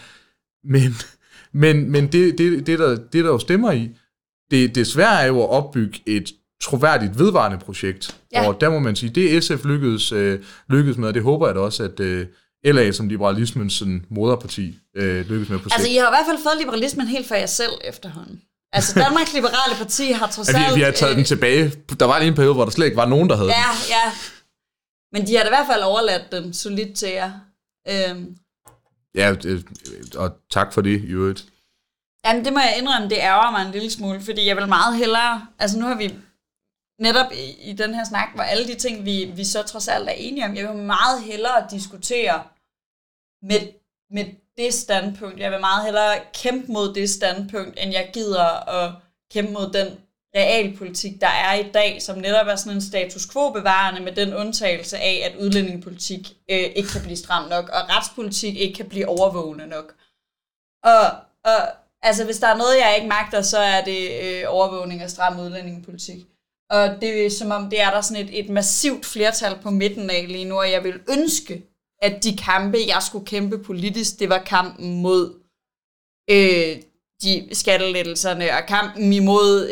Men det der jo stemmer i, det svære er jo at opbygge et troværdigt, vedvarende projekt. Ja. Og der må man sige, det SF lykkedes med, og det håber jeg da også, at LA som liberalismens sådan, moderparti lykkedes med på sigt. Altså, I har i hvert fald fået liberalismen helt for jer selv efterhånden. Altså, Danmarks Liberale Parti har trods alt... Vi har taget den tilbage. Der var lige en periode, hvor der slet ikke var nogen, der havde den. Ja. Men de har da i hvert fald overladt den solidt til jer. Ja, og tak for det i øvrigt. Jamen, det må jeg indrømme, det ærger mig en lille smule, fordi jeg vil meget hellere... Altså, nu har vi netop i den her snak, hvor alle de ting, vi så trods alt er enige om, jeg vil meget hellere diskutere med det standpunkt. Jeg vil meget hellere kæmpe mod det standpunkt, end jeg gider at kæmpe mod den realpolitik, der er i dag, som netop er sådan en status quo-bevarende med den undtagelse af, at udlændingepolitik ikke kan blive stram nok, og retspolitik ikke kan blive overvågende nok. Og altså, hvis der er noget, jeg ikke magter, så er det overvågning af stram udlændingepolitik. Og det er som om, det er der sådan et massivt flertal på midten af lige nu, og jeg vil ønske, at de kampe, jeg skulle kæmpe politisk, det var kampen mod de skattelettelserne, og kampen imod,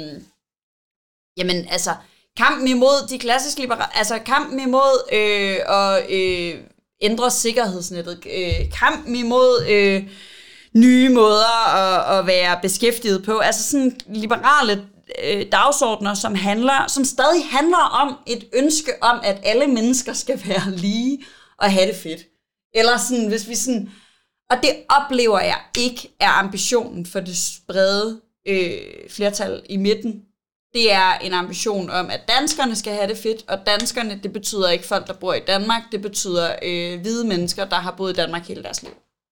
kampen imod de klassiske liberale, altså kampen imod at ændre sikkerhedsnettet, kampen imod nye måder at være beskæftiget på, altså sådan liberale dagsordner, som stadig handler om et ønske om, at alle mennesker skal være lige og have det fedt. Eller sådan, hvis vi sådan... Og det oplever jeg ikke er ambitionen for det brede flertal i midten. Det er en ambition om, at danskerne skal have det fedt, og danskerne, det betyder ikke folk, der bor i Danmark, det betyder hvide mennesker, der har boet i Danmark hele deres liv.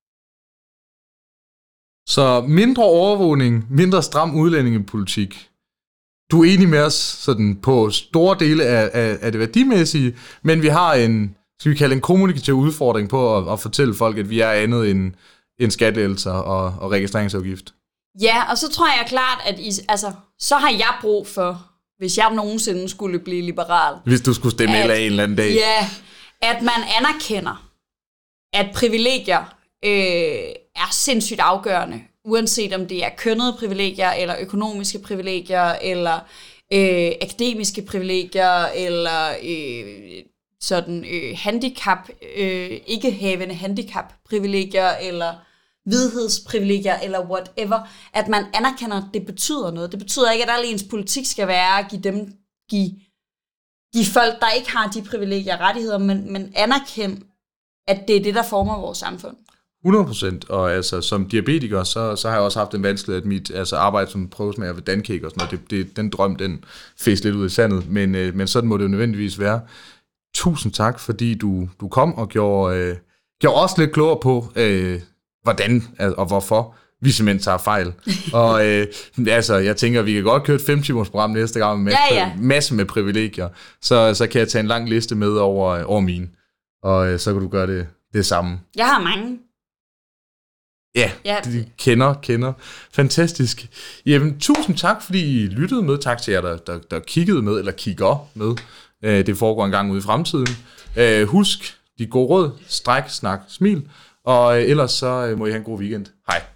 Så mindre overvågning, mindre stram udlændingepolitik. Du er enig med os sådan på store dele af det værdimæssige, men vi har skal vi kalde en kommunikativ udfordring på at fortælle folk, at vi er andet end skattelettelser og registreringsafgift. Ja, og så tror jeg klart, at så har jeg brug for, hvis jeg nogensinde skulle blive liberal. Hvis du skulle stemme LA en eller anden dag. Ja, at man anerkender, at privilegier er sindssygt afgørende, uanset om det er kønnede privilegier, eller økonomiske privilegier, eller akademiske privilegier, eller handicap, ikke havende handicap-privilegier, eller hvidhedsprivilegier, eller whatever, at man anerkender, at det betyder noget. Det betyder ikke, at al ens politik skal være at give folk, der ikke har de privilegier og rettigheder, men anerkende, at det er det, der former vores samfund. 100%, og altså som diabetiker, så har jeg også haft en vanskelighed, at arbejde som prøvesmager ved Dancake og sådan noget, den drøm, den fæs lidt ud i sandet, men sådan må det jo nødvendigvis være. Tusind tak, fordi du kom og gjorde os lidt klogere på, hvordan og hvorfor vi simpelthen tager fejl. Og jeg tænker, vi kan godt køre et 5-timers program næste gang med masse med privilegier, så kan jeg tage en lang liste med over mine, og så kan du gøre det samme. Jeg har mange. Ja, de kender. Fantastisk. Jamen, tusind tak, fordi I lyttede med. Tak til jer, der kiggede med, eller kigger med. Det foregår en gang ude i fremtiden. Husk de gode råd. Stræk, snak, smil. Og ellers så må I have en god weekend. Hej.